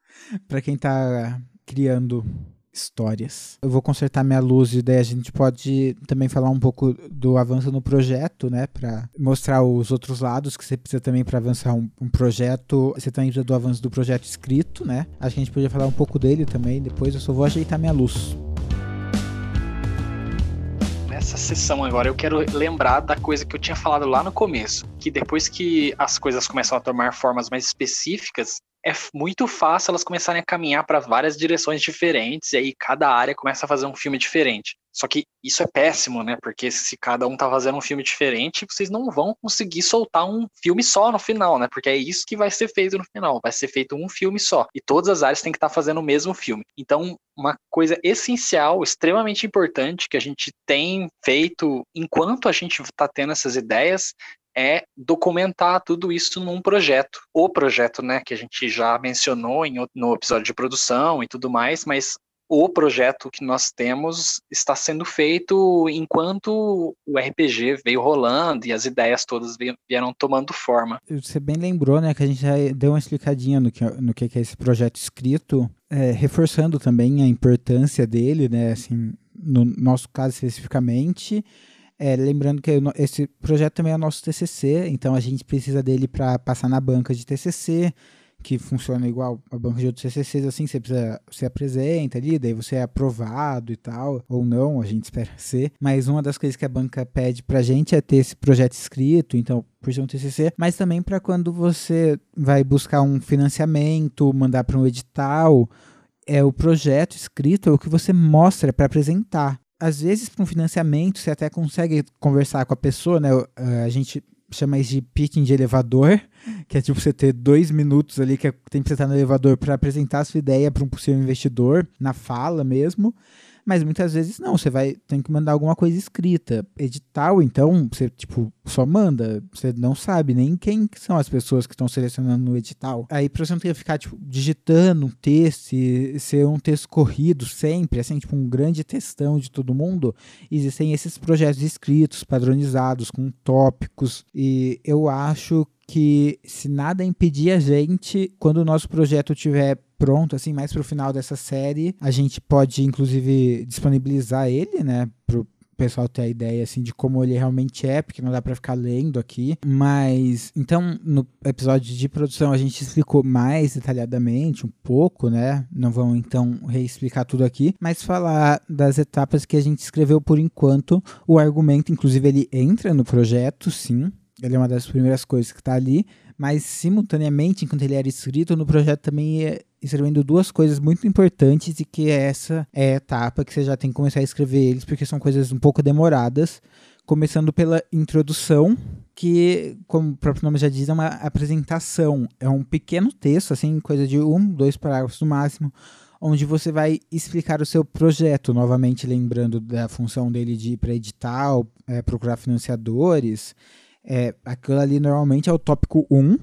Pra quem tá criando histórias. Eu vou consertar minha luz e daí a gente pode também falar um pouco do avanço no projeto, né, para mostrar os outros lados que você precisa também para avançar um, um projeto. Você também precisa do avanço do projeto escrito, né? Acho que a gente podia falar um pouco dele também depois. Eu só vou ajeitar minha luz. nessa sessão agora, eu quero lembrar da coisa que eu tinha falado lá no começo, que depois que as coisas começam a tomar formas mais específicas, é muito fácil elas começarem a caminhar para várias direções diferentes, e aí cada área começa a fazer um filme diferente. Só que isso é péssimo, né? Porque se cada um tá fazendo um filme diferente, vocês não vão conseguir soltar um filme só no final, né? Porque é isso que vai ser feito no final. Vai ser feito um filme só. E todas as áreas têm que estar fazendo o mesmo filme. Então, uma coisa essencial, extremamente importante, que a gente tem feito enquanto a gente tá tendo essas ideias, é documentar tudo isso num projeto. O projeto, né, que a gente já mencionou em, no episódio de produção e tudo mais, mas o projeto que nós temos está sendo feito enquanto o R P G veio rolando e as ideias todas vieram tomando forma. Você bem lembrou, né, que a gente já deu uma explicadinha no que, no que é esse projeto escrito, é, reforçando também a importância dele, né, assim, no nosso caso especificamente. É, lembrando que esse projeto também é o nosso T C C, então a gente precisa dele para passar na banca de T C C, que funciona igual a banca de outros T C Cs, assim, você precisa, você apresenta ali, daí você é aprovado e tal, ou não, a gente espera ser, mas uma das coisas que a banca pede pra gente é ter esse projeto escrito, então, por ser um T C C, mas também para quando você vai buscar um financiamento, mandar para um edital, é o projeto escrito, é o que você mostra para apresentar. Às vezes, para um financiamento, você até consegue conversar com a pessoa, né? A gente chama isso de pitching de elevador, que é tipo você ter dois minutos ali que tem que você estar no elevador para apresentar a sua ideia para um possível investidor, na fala mesmo. Mas muitas vezes não, você vai tem que mandar alguma coisa escrita. Edital, então, você tipo só manda, você não sabe nem quem são as pessoas que estão selecionando no edital. Aí pra você não ter que ficar tipo, digitando um texto e ser um texto corrido sempre, assim, tipo um grande textão de todo mundo, existem esses projetos escritos, padronizados, com tópicos, e eu acho que se nada impedir a gente, quando o nosso projeto tiver pronto, assim, mais pro final dessa série, a gente pode, inclusive, disponibilizar ele, né, pro pessoal ter a ideia, assim, de como ele realmente é, porque não dá pra ficar lendo aqui, mas, então, no episódio de produção a gente explicou mais detalhadamente, um pouco, né, não vamos, então, reexplicar tudo aqui, mas falar das etapas que a gente escreveu por enquanto. O argumento, inclusive, ele entra no projeto, sim, ele é uma das primeiras coisas que está ali, mas simultaneamente, enquanto ele era escrito, no projeto também ia escrevendo duas coisas muito importantes, e que essa é a etapa que você já tem que começar a escrever eles, porque são coisas um pouco demoradas, começando pela introdução, que, como o próprio nome já diz, é uma apresentação, é um pequeno texto, assim, coisa de um, dois parágrafos no máximo, onde você vai explicar o seu projeto, novamente lembrando da função dele de ir para edital, é, procurar financiadores. É, aquilo ali normalmente é o tópico um,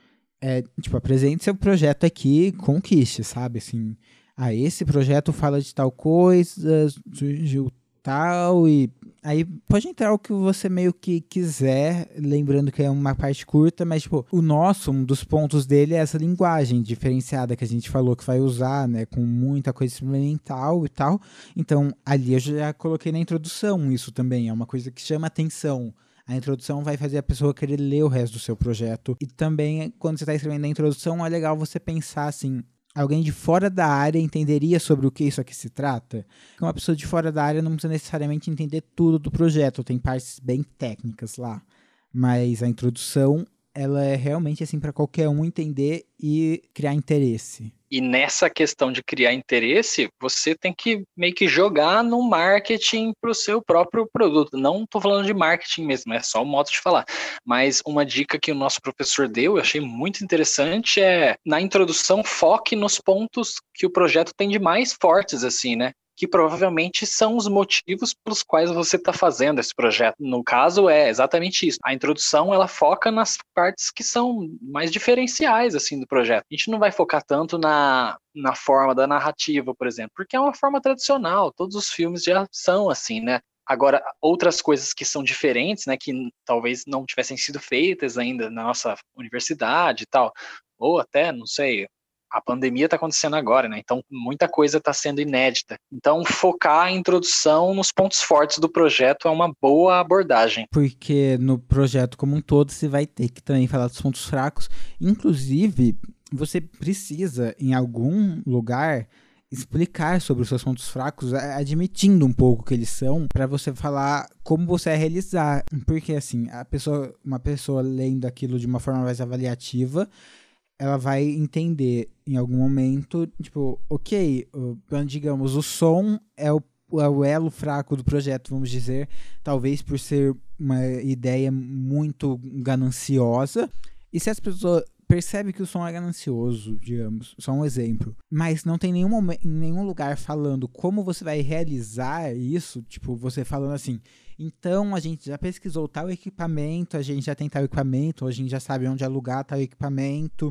é, tipo, apresente seu projeto aqui, conquiste, sabe, assim, ah, esse projeto fala de tal coisa, surgiu tal, e aí pode entrar o que você meio que quiser, lembrando que é uma parte curta, mas, tipo, o nosso, um dos pontos dele é essa linguagem diferenciada que a gente falou que vai usar, né, com muita coisa experimental e tal, então, ali eu já coloquei na introdução isso também, é uma coisa que chama atenção. A introdução vai fazer a pessoa querer ler o resto do seu projeto. E também, quando você está escrevendo a introdução, é legal você pensar assim, alguém de fora da área entenderia sobre o que isso aqui se trata? Porque uma pessoa de fora da área não precisa necessariamente entender tudo do projeto, tem partes bem técnicas lá. Mas a introdução, ela é realmente assim para qualquer um entender e criar interesse. E nessa questão de criar interesse, você tem que meio que jogar no marketing para o seu próprio produto. Não estou falando de marketing mesmo, é só um modo de falar. Mas uma dica que o nosso professor deu, eu achei muito interessante, é na introdução foque nos pontos que o projeto tem de mais fortes, assim, né? Que provavelmente são os motivos pelos quais você está fazendo esse projeto. No caso, é exatamente isso. A introdução, ela foca nas partes que são mais diferenciais, assim, do projeto. A gente não vai focar tanto na, na forma da narrativa, por exemplo, porque é uma forma tradicional. Todos os filmes já são assim, né? Agora, outras coisas que são diferentes, né, que talvez não tivessem sido feitas ainda na nossa universidade e tal, ou até, não sei, a pandemia está acontecendo agora, né? Então, muita coisa está sendo inédita. Então, focar a introdução nos pontos fortes do projeto é uma boa abordagem. Porque no projeto como um todo, você vai ter que também falar dos pontos fracos. Inclusive, você precisa, em algum lugar, explicar sobre os seus pontos fracos, admitindo um pouco que eles são, para você falar como você vai realizar. Porque, assim, a pessoa, uma pessoa lendo aquilo de uma forma mais avaliativa, ela vai entender em algum momento, tipo, ok, digamos, o som é o, é o elo fraco do projeto, vamos dizer, talvez por ser uma ideia muito gananciosa. E se as pessoas percebem que o som é ganancioso, digamos, só um exemplo, mas não tem nenhum momento, em nenhum lugar falando como você vai realizar isso, tipo, você falando assim, então a gente já pesquisou tal equipamento, a gente já tem tal equipamento, a gente já sabe onde alugar tal equipamento,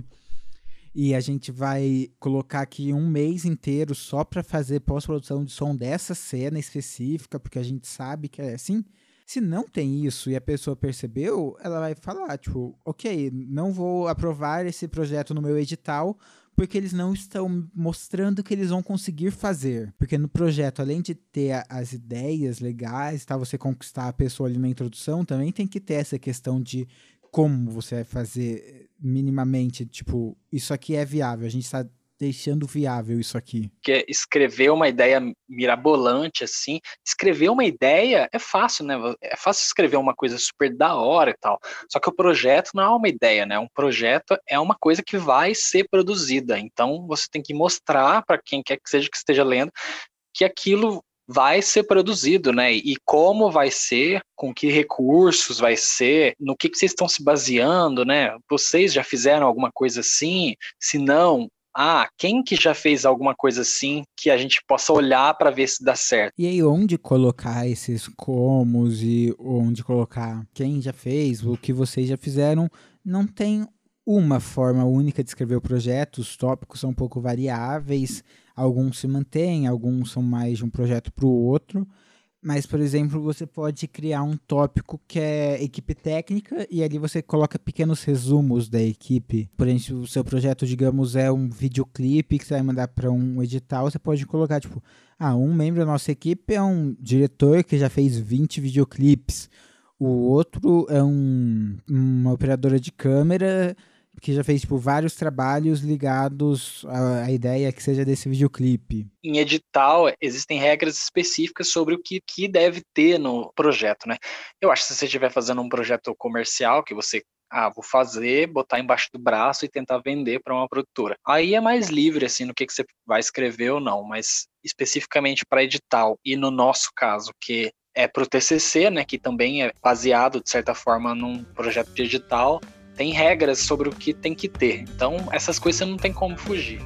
e a gente vai colocar aqui um mês inteiro só para fazer pós-produção de som dessa cena específica, porque a gente sabe que é assim. Se não tem isso e a pessoa percebeu, ela vai falar, tipo, ok, não vou aprovar esse projeto no meu edital, porque eles não estão mostrando que eles vão conseguir fazer. Porque no projeto, além de ter a, as ideias legais, tá, você conquistar a pessoa ali na introdução, também tem que ter essa questão de como você vai fazer minimamente, tipo, isso aqui é viável, a gente está deixando viável isso aqui. Porque escrever uma ideia mirabolante, assim, escrever uma ideia é fácil, né? É fácil escrever uma coisa super da hora e tal. Só que o projeto não é uma ideia, né? Um projeto é uma coisa que vai ser produzida. Então, você tem que mostrar para quem quer que seja que esteja lendo que aquilo vai ser produzido, né? E como vai ser, com que recursos vai ser, no que, que vocês estão se baseando, né? Vocês já fizeram alguma coisa assim? Se não, ah, quem que já fez alguma coisa assim que a gente possa olhar para ver se dá certo? E aí, onde colocar esses comos e onde colocar quem já fez, o que vocês já fizeram, não tem uma forma única de escrever o projeto, os tópicos são um pouco variáveis, alguns se mantêm, alguns são mais de um projeto para o outro, mas, por exemplo, você pode criar um tópico que é equipe técnica e ali você coloca pequenos resumos da equipe. Por exemplo, o seu projeto, digamos, é um videoclipe que você vai mandar para um edital, você pode colocar, tipo, ah, um membro da nossa equipe é um diretor que já fez vinte videoclipes, o outro é um, uma operadora de câmera que já fez, tipo, vários trabalhos ligados à, à ideia que seja desse videoclipe. Em edital, existem regras específicas sobre o que, que deve ter no projeto, né? Eu acho que se você estiver fazendo um projeto comercial, que você, ah, vou fazer, botar embaixo do braço e tentar vender para uma produtora. Aí é mais livre, assim, no que, que você vai escrever ou não, mas especificamente para edital, e no nosso caso, que é para o T C C, né, que também é baseado, de certa forma, num projeto de edital, tem regras sobre o que tem que ter. Então, essas coisas você não tem como fugir.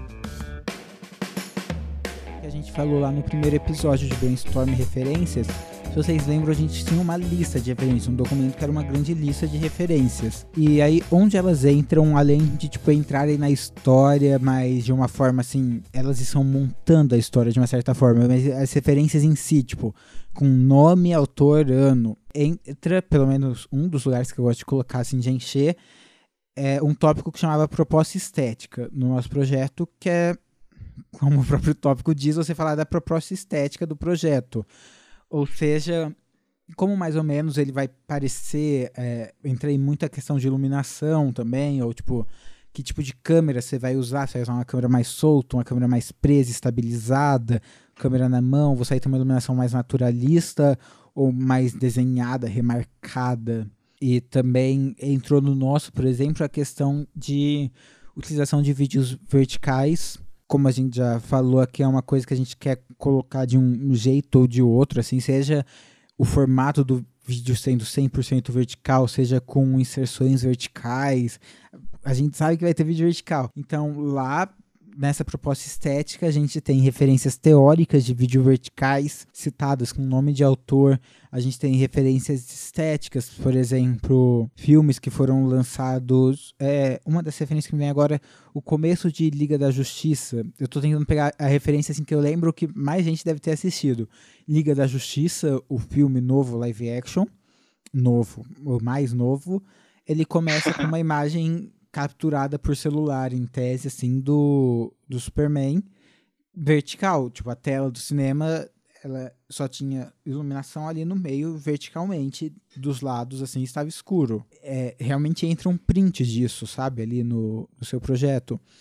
A gente falou lá no primeiro episódio de Brainstorm Referências, se vocês lembram, a gente tinha uma lista de referências, um documento que era uma grande lista de referências. E aí, onde elas entram, além de, tipo, entrarem na história, mas de uma forma, assim, elas estão montando a história de uma certa forma, mas as referências em si, tipo, com nome, autor, ano, entra, pelo menos um dos lugares que eu gosto de colocar, assim, de encher, é um tópico que chamava proposta estética no nosso projeto, que é, como o próprio tópico diz, você falar da proposta estética do projeto. Ou seja, como mais ou menos ele vai parecer, é, entrei em muita questão de iluminação também, ou tipo, que tipo de câmera você vai usar, você vai usar uma câmera mais solta, uma câmera mais presa, estabilizada, câmera na mão, você vai ter uma iluminação mais naturalista, ou mais desenhada, remarcada. E também entrou no nosso, por exemplo, a questão de utilização de vídeos verticais. Como a gente já falou aqui, é uma coisa que a gente quer colocar de um jeito ou de outro, assim, seja o formato do vídeo sendo cem por cento vertical, seja com inserções verticais. A gente sabe que vai ter vídeo vertical. Então, lá, nessa proposta estética, a gente tem referências teóricas de vídeo verticais citadas com nome de autor. A gente tem referências estéticas, por exemplo, filmes que foram lançados. É, uma das referências que me vem agora é o começo de Liga da Justiça. Eu tô tentando pegar a referência assim, que eu lembro que mais gente deve ter assistido. Liga da Justiça, o filme novo, live action, novo, o mais novo, ele começa com uma imagem capturada por celular, em tese, assim, do, do Superman, vertical. Tipo, a tela do cinema, ela só tinha iluminação ali no meio, verticalmente, dos lados, assim, estava escuro. É, realmente entra um print disso, sabe, ali no, no seu projeto.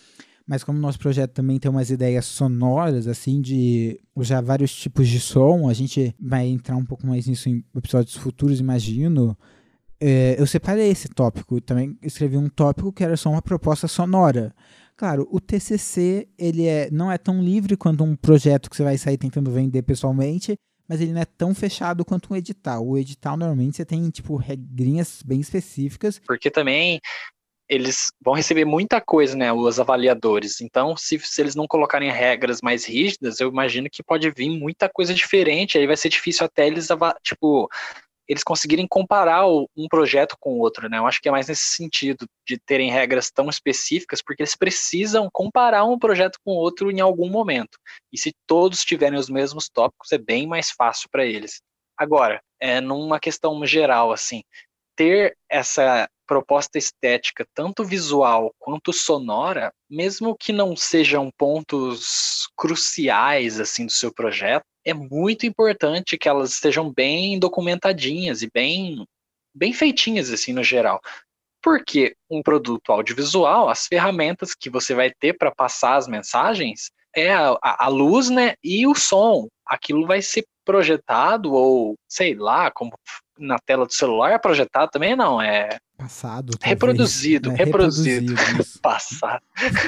mas como o nosso projeto também tem umas ideias sonoras, assim, de usar vários tipos de som, a gente vai entrar um pouco mais nisso em episódios futuros, imagino. É, eu separei esse tópico, também escrevi um tópico que era só uma proposta sonora. Claro, o T C C, ele é, não é tão livre quanto um projeto que você vai sair tentando vender pessoalmente, mas ele não é tão fechado quanto um edital. O edital, normalmente, você tem, tipo, regrinhas bem específicas. Porque também eles vão receber muita coisa, né, os avaliadores. Então, se, se eles não colocarem regras mais rígidas, eu imagino que pode vir muita coisa diferente. Aí vai ser difícil até eles, tipo, eles conseguirem comparar o, um projeto com o outro, né? Eu acho que é mais nesse sentido, de terem regras tão específicas, porque eles precisam comparar um projeto com o outro em algum momento. E se todos tiverem os mesmos tópicos, é bem mais fácil para eles. Agora, é, numa questão geral, assim, ter essa proposta estética, tanto visual quanto sonora, mesmo que não sejam pontos cruciais assim do seu projeto, é muito importante que elas estejam bem documentadinhas e bem, bem feitinhas assim no geral. Porque um produto audiovisual, as ferramentas que você vai ter para passar as mensagens é a, a luz, né, e o som. Aquilo vai ser projetado ou, sei lá, como na tela do celular é projetado também, não, é passado, talvez. reproduzido, é, reproduzido, reproduzido passado.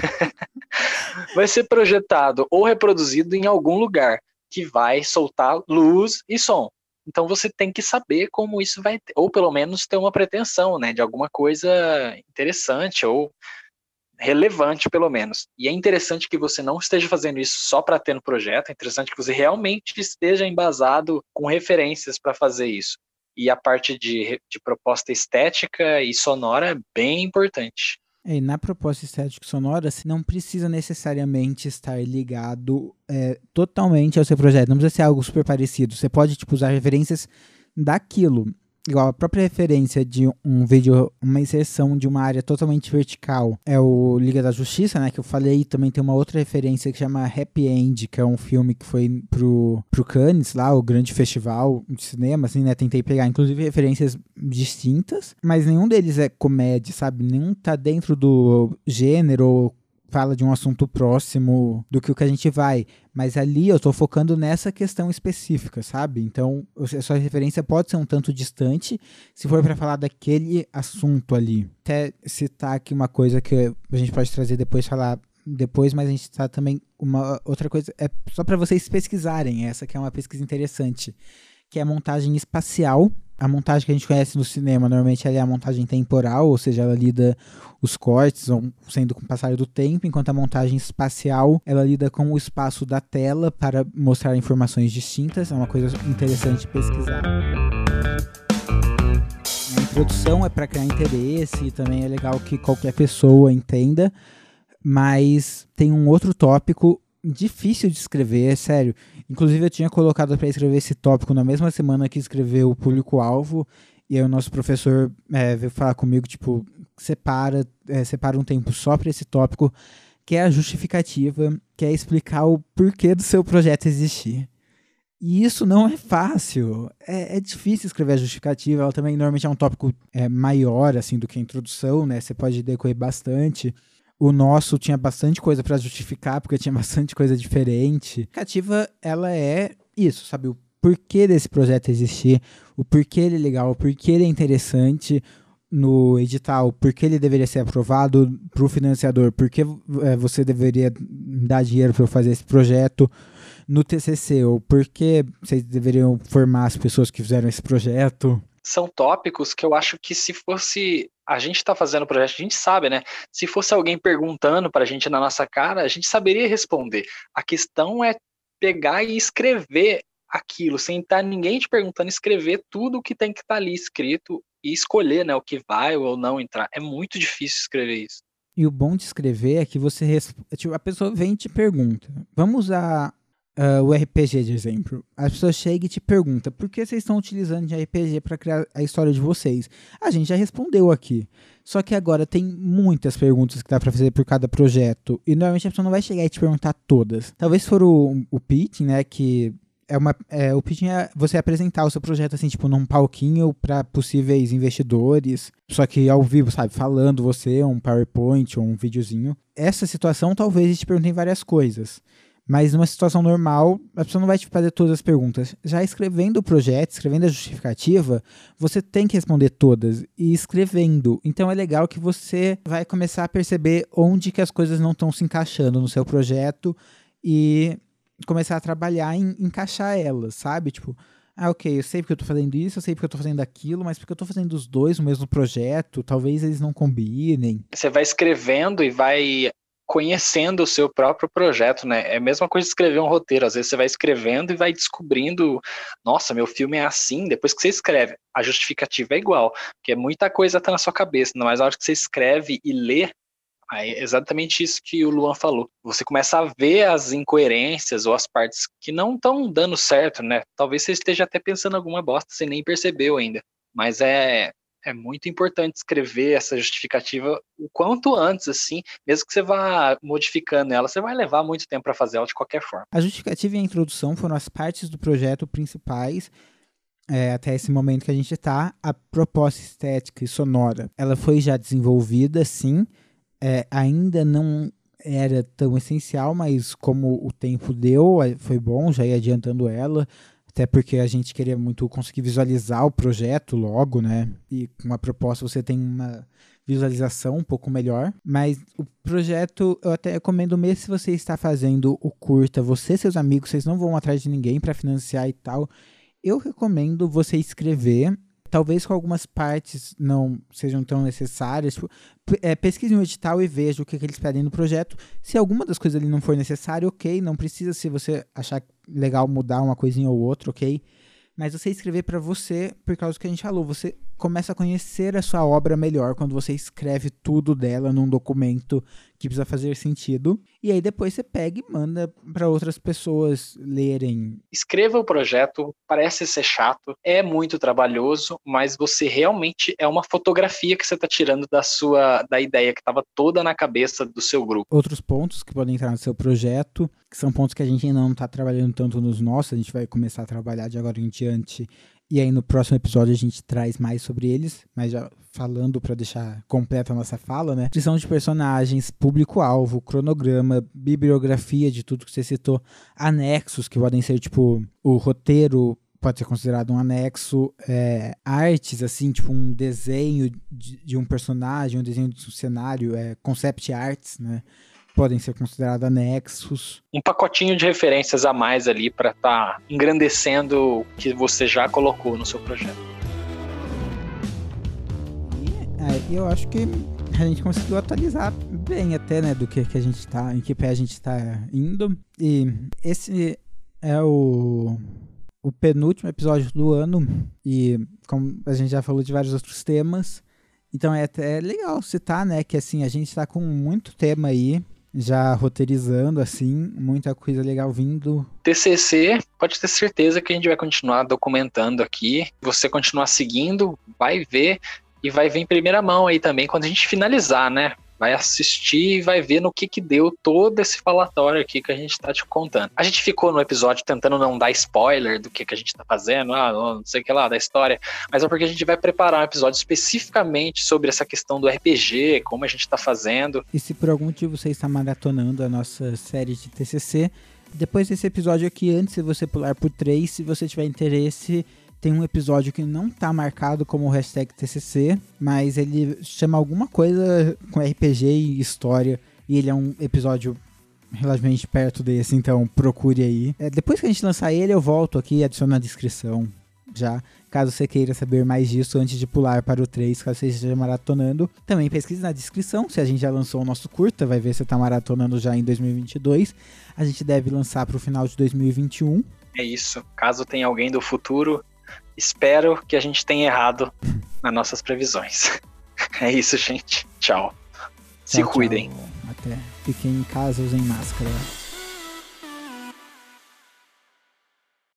Vai ser projetado ou reproduzido em algum lugar que vai soltar luz e som. Então você tem que saber como isso vai ter, ou pelo menos ter uma pretensão, né, de alguma coisa interessante ou relevante, pelo menos. E é interessante que você não esteja fazendo isso só para ter no projeto, é interessante que você realmente esteja embasado com referências para fazer isso. E a parte de, de proposta estética e sonora é bem importante. E na proposta estética sonora, você não precisa necessariamente estar ligado é, totalmente ao seu projeto. Não precisa ser algo super parecido. Você pode tipo, usar referências daquilo. Igual a própria referência de um vídeo, uma inserção de uma área totalmente vertical é o Liga da Justiça, né, que eu falei. Também tem uma outra referência que chama Happy End, que é um filme que foi pro, pro Cannes, lá, o grande festival de cinema, assim, né, tentei pegar, inclusive, referências distintas, mas nenhum deles é comédia, sabe, nenhum tá dentro do gênero, fala de um assunto próximo do que o que a gente vai, mas ali eu tô focando nessa questão específica, sabe? Então, a sua referência pode ser um tanto distante se for para falar daquele assunto ali. Até citar aqui uma coisa que a gente pode trazer depois, falar depois, mas a gente tá também uma outra coisa, é só para vocês pesquisarem, essa que é uma pesquisa interessante, que é a montagem espacial. A montagem que a gente conhece no cinema, normalmente ela é a montagem temporal, ou seja, ela lida os cortes, vão sendo com o passar do tempo, enquanto a montagem espacial, ela lida com o espaço da tela para mostrar informações distintas. É uma coisa interessante de pesquisar. A introdução é para criar interesse e também é legal que qualquer pessoa entenda, mas tem um outro tópico difícil de escrever, é sério. Inclusive eu tinha colocado para escrever esse tópico na mesma semana que escreveu o público-alvo, e aí o nosso professor é, veio falar comigo, tipo, separa, é, separa um tempo só para esse tópico, que é a justificativa, que é explicar o porquê do seu projeto existir. E isso não é fácil, é, é difícil escrever a justificativa, ela também normalmente é um tópico é, maior assim, do que a introdução, né? Você pode decorrer bastante. O nosso tinha bastante coisa para justificar, porque tinha bastante coisa diferente. A justificativa, ela é isso, sabe? O porquê desse projeto existir, o porquê ele é legal, o porquê ele é interessante no edital, o porquê ele deveria ser aprovado para o financiador, porquê é, você deveria dar dinheiro para eu fazer esse projeto no T C C, ou porquê vocês deveriam formar as pessoas que fizeram esse projeto. São tópicos que eu acho que se fosse... A gente está fazendo o projeto, a gente sabe, né? Se fosse alguém perguntando para a gente na nossa cara, a gente saberia responder. A questão é pegar e escrever aquilo, sem estar ninguém te perguntando, escrever tudo o que tem que estar ali escrito e escolher, né, o que vai ou não entrar. É muito difícil escrever isso. E o bom de escrever é que você... Resp... Tipo, a pessoa vem e te pergunta. Vamos usar... Uh, o R P G de exemplo. A pessoa chega e te pergunta: por que vocês estão utilizando de R P G para criar a história de vocês? A gente já respondeu aqui. Só que agora tem muitas perguntas que dá para fazer por cada projeto. E normalmente a pessoa não vai chegar e te perguntar todas. Talvez for o, o pitch, né? Que é uma, é, o pitching é você apresentar o seu projeto assim, tipo, num palquinho para possíveis investidores, só que ao vivo, sabe, falando você, um PowerPoint ou um videozinho. Essa situação talvez te perguntem várias coisas, mas numa situação normal, a pessoa não vai te fazer todas as perguntas. Já escrevendo o projeto, escrevendo a justificativa, você tem que responder todas, e escrevendo. Então é legal que você vai começar a perceber onde que as coisas não estão se encaixando no seu projeto e começar a trabalhar em encaixar elas, sabe? Tipo, ah, ok, eu sei porque eu tô fazendo isso, eu sei porque eu tô fazendo aquilo, mas porque eu tô fazendo os dois no mesmo projeto, talvez eles não combinem. Você vai escrevendo e vai conhecendo o seu próprio projeto, né? É a mesma coisa de escrever um roteiro. Às vezes você vai escrevendo e vai descobrindo, nossa, meu filme é assim. Depois que você escreve, a justificativa é igual, porque muita coisa tá na sua cabeça, mas na hora que você escreve e lê, aí é exatamente isso que o Luan falou. Você começa a ver as incoerências ou as partes que não estão dando certo, né? Talvez você esteja até pensando alguma bosta, você nem percebeu ainda. Mas é, é muito importante escrever essa justificativa o quanto antes, assim, mesmo que você vá modificando ela, você vai levar muito tempo para fazer ela de qualquer forma. A justificativa e a introdução foram as partes do projeto principais, é, até esse momento que a gente está. A proposta estética e sonora, ela foi já desenvolvida, sim. É, ainda não era tão essencial, mas como o tempo deu, foi bom, já ia adiantando ela, até porque a gente queria muito conseguir visualizar o projeto logo, né? E com a proposta você tem uma visualização um pouco melhor. Mas o projeto, eu até recomendo mesmo se você está fazendo o curta, você e seus amigos, vocês não vão atrás de ninguém para financiar e tal, eu recomendo você escrever. Talvez com algumas partes não sejam tão necessárias. Tipo, é, pesquise um edital e veja o que, que eles pedem no projeto. Se alguma das coisas ali não for necessária, ok. Não precisa, se você achar legal, mudar uma coisinha ou outra, ok. Mas você escrever para você, por causa do que a gente falou, você começa a conhecer a sua obra melhor quando você escreve tudo dela num documento que precisa fazer sentido. E aí depois você pega e manda para outras pessoas lerem. Escreva o projeto, parece ser chato, é muito trabalhoso, mas você realmente é uma fotografia que você está tirando da sua da ideia que estava toda na cabeça do seu grupo. Outros pontos que podem entrar no seu projeto, que são pontos que a gente ainda não está trabalhando tanto nos nossos, a gente vai começar a trabalhar de agora em diante. E aí no próximo episódio a gente traz mais sobre eles, mas já falando para deixar completa a nossa fala, né? Descrição de personagens, público-alvo, cronograma, bibliografia de tudo que você citou, anexos que podem ser tipo o roteiro, pode ser considerado um anexo, é, artes, assim, tipo um desenho de, de um personagem, um desenho de um cenário, é, concept arts, né? Podem ser considerados anexos. Um pacotinho de referências a mais ali para estar tá engrandecendo o que você já colocou no seu projeto. E é, eu acho que a gente conseguiu atualizar bem até, né, do que, que a gente tá, em que pé a gente está indo. E esse é o, o penúltimo episódio do ano. E como a gente já falou de vários outros temas, então é até legal citar, né, que assim, a gente tá com muito tema aí, já roteirizando, assim, muita coisa legal vindo. T C C, pode ter certeza que a gente vai continuar documentando aqui. Você continuar seguindo, vai ver e vai ver em primeira mão aí também quando a gente finalizar, né? Vai assistir e vai ver no que que deu todo esse falatório aqui que a gente tá te contando. A gente ficou no episódio tentando não dar spoiler do que que a gente tá fazendo, ah, não sei o que lá, da história, mas é porque a gente vai preparar um episódio especificamente sobre essa questão do R P G, como a gente tá fazendo. E se por algum motivo você está maratonando a nossa série de T C C, depois desse episódio aqui, antes de você pular por três, se você tiver interesse, tem um episódio que não tá marcado como hashtag T C C, mas ele chama alguma coisa com R P G e história, e ele é um episódio relativamente perto desse, então procure aí. É, depois que a gente lançar ele, eu volto aqui e adiciono na descrição já, caso você queira saber mais disso antes de pular para o três, caso você esteja maratonando. Também pesquise na descrição, se a gente já lançou o nosso curta, vai ver se tá maratonando já em dois mil e vinte e dois. A gente deve lançar para o final de dois mil e vinte e um. É isso, caso tenha alguém do futuro, espero que a gente tenha errado nas nossas previsões. É isso, gente. Tchau. Se Tchau, cuidem. tchau. Até. Fiquem em casa, usem máscara.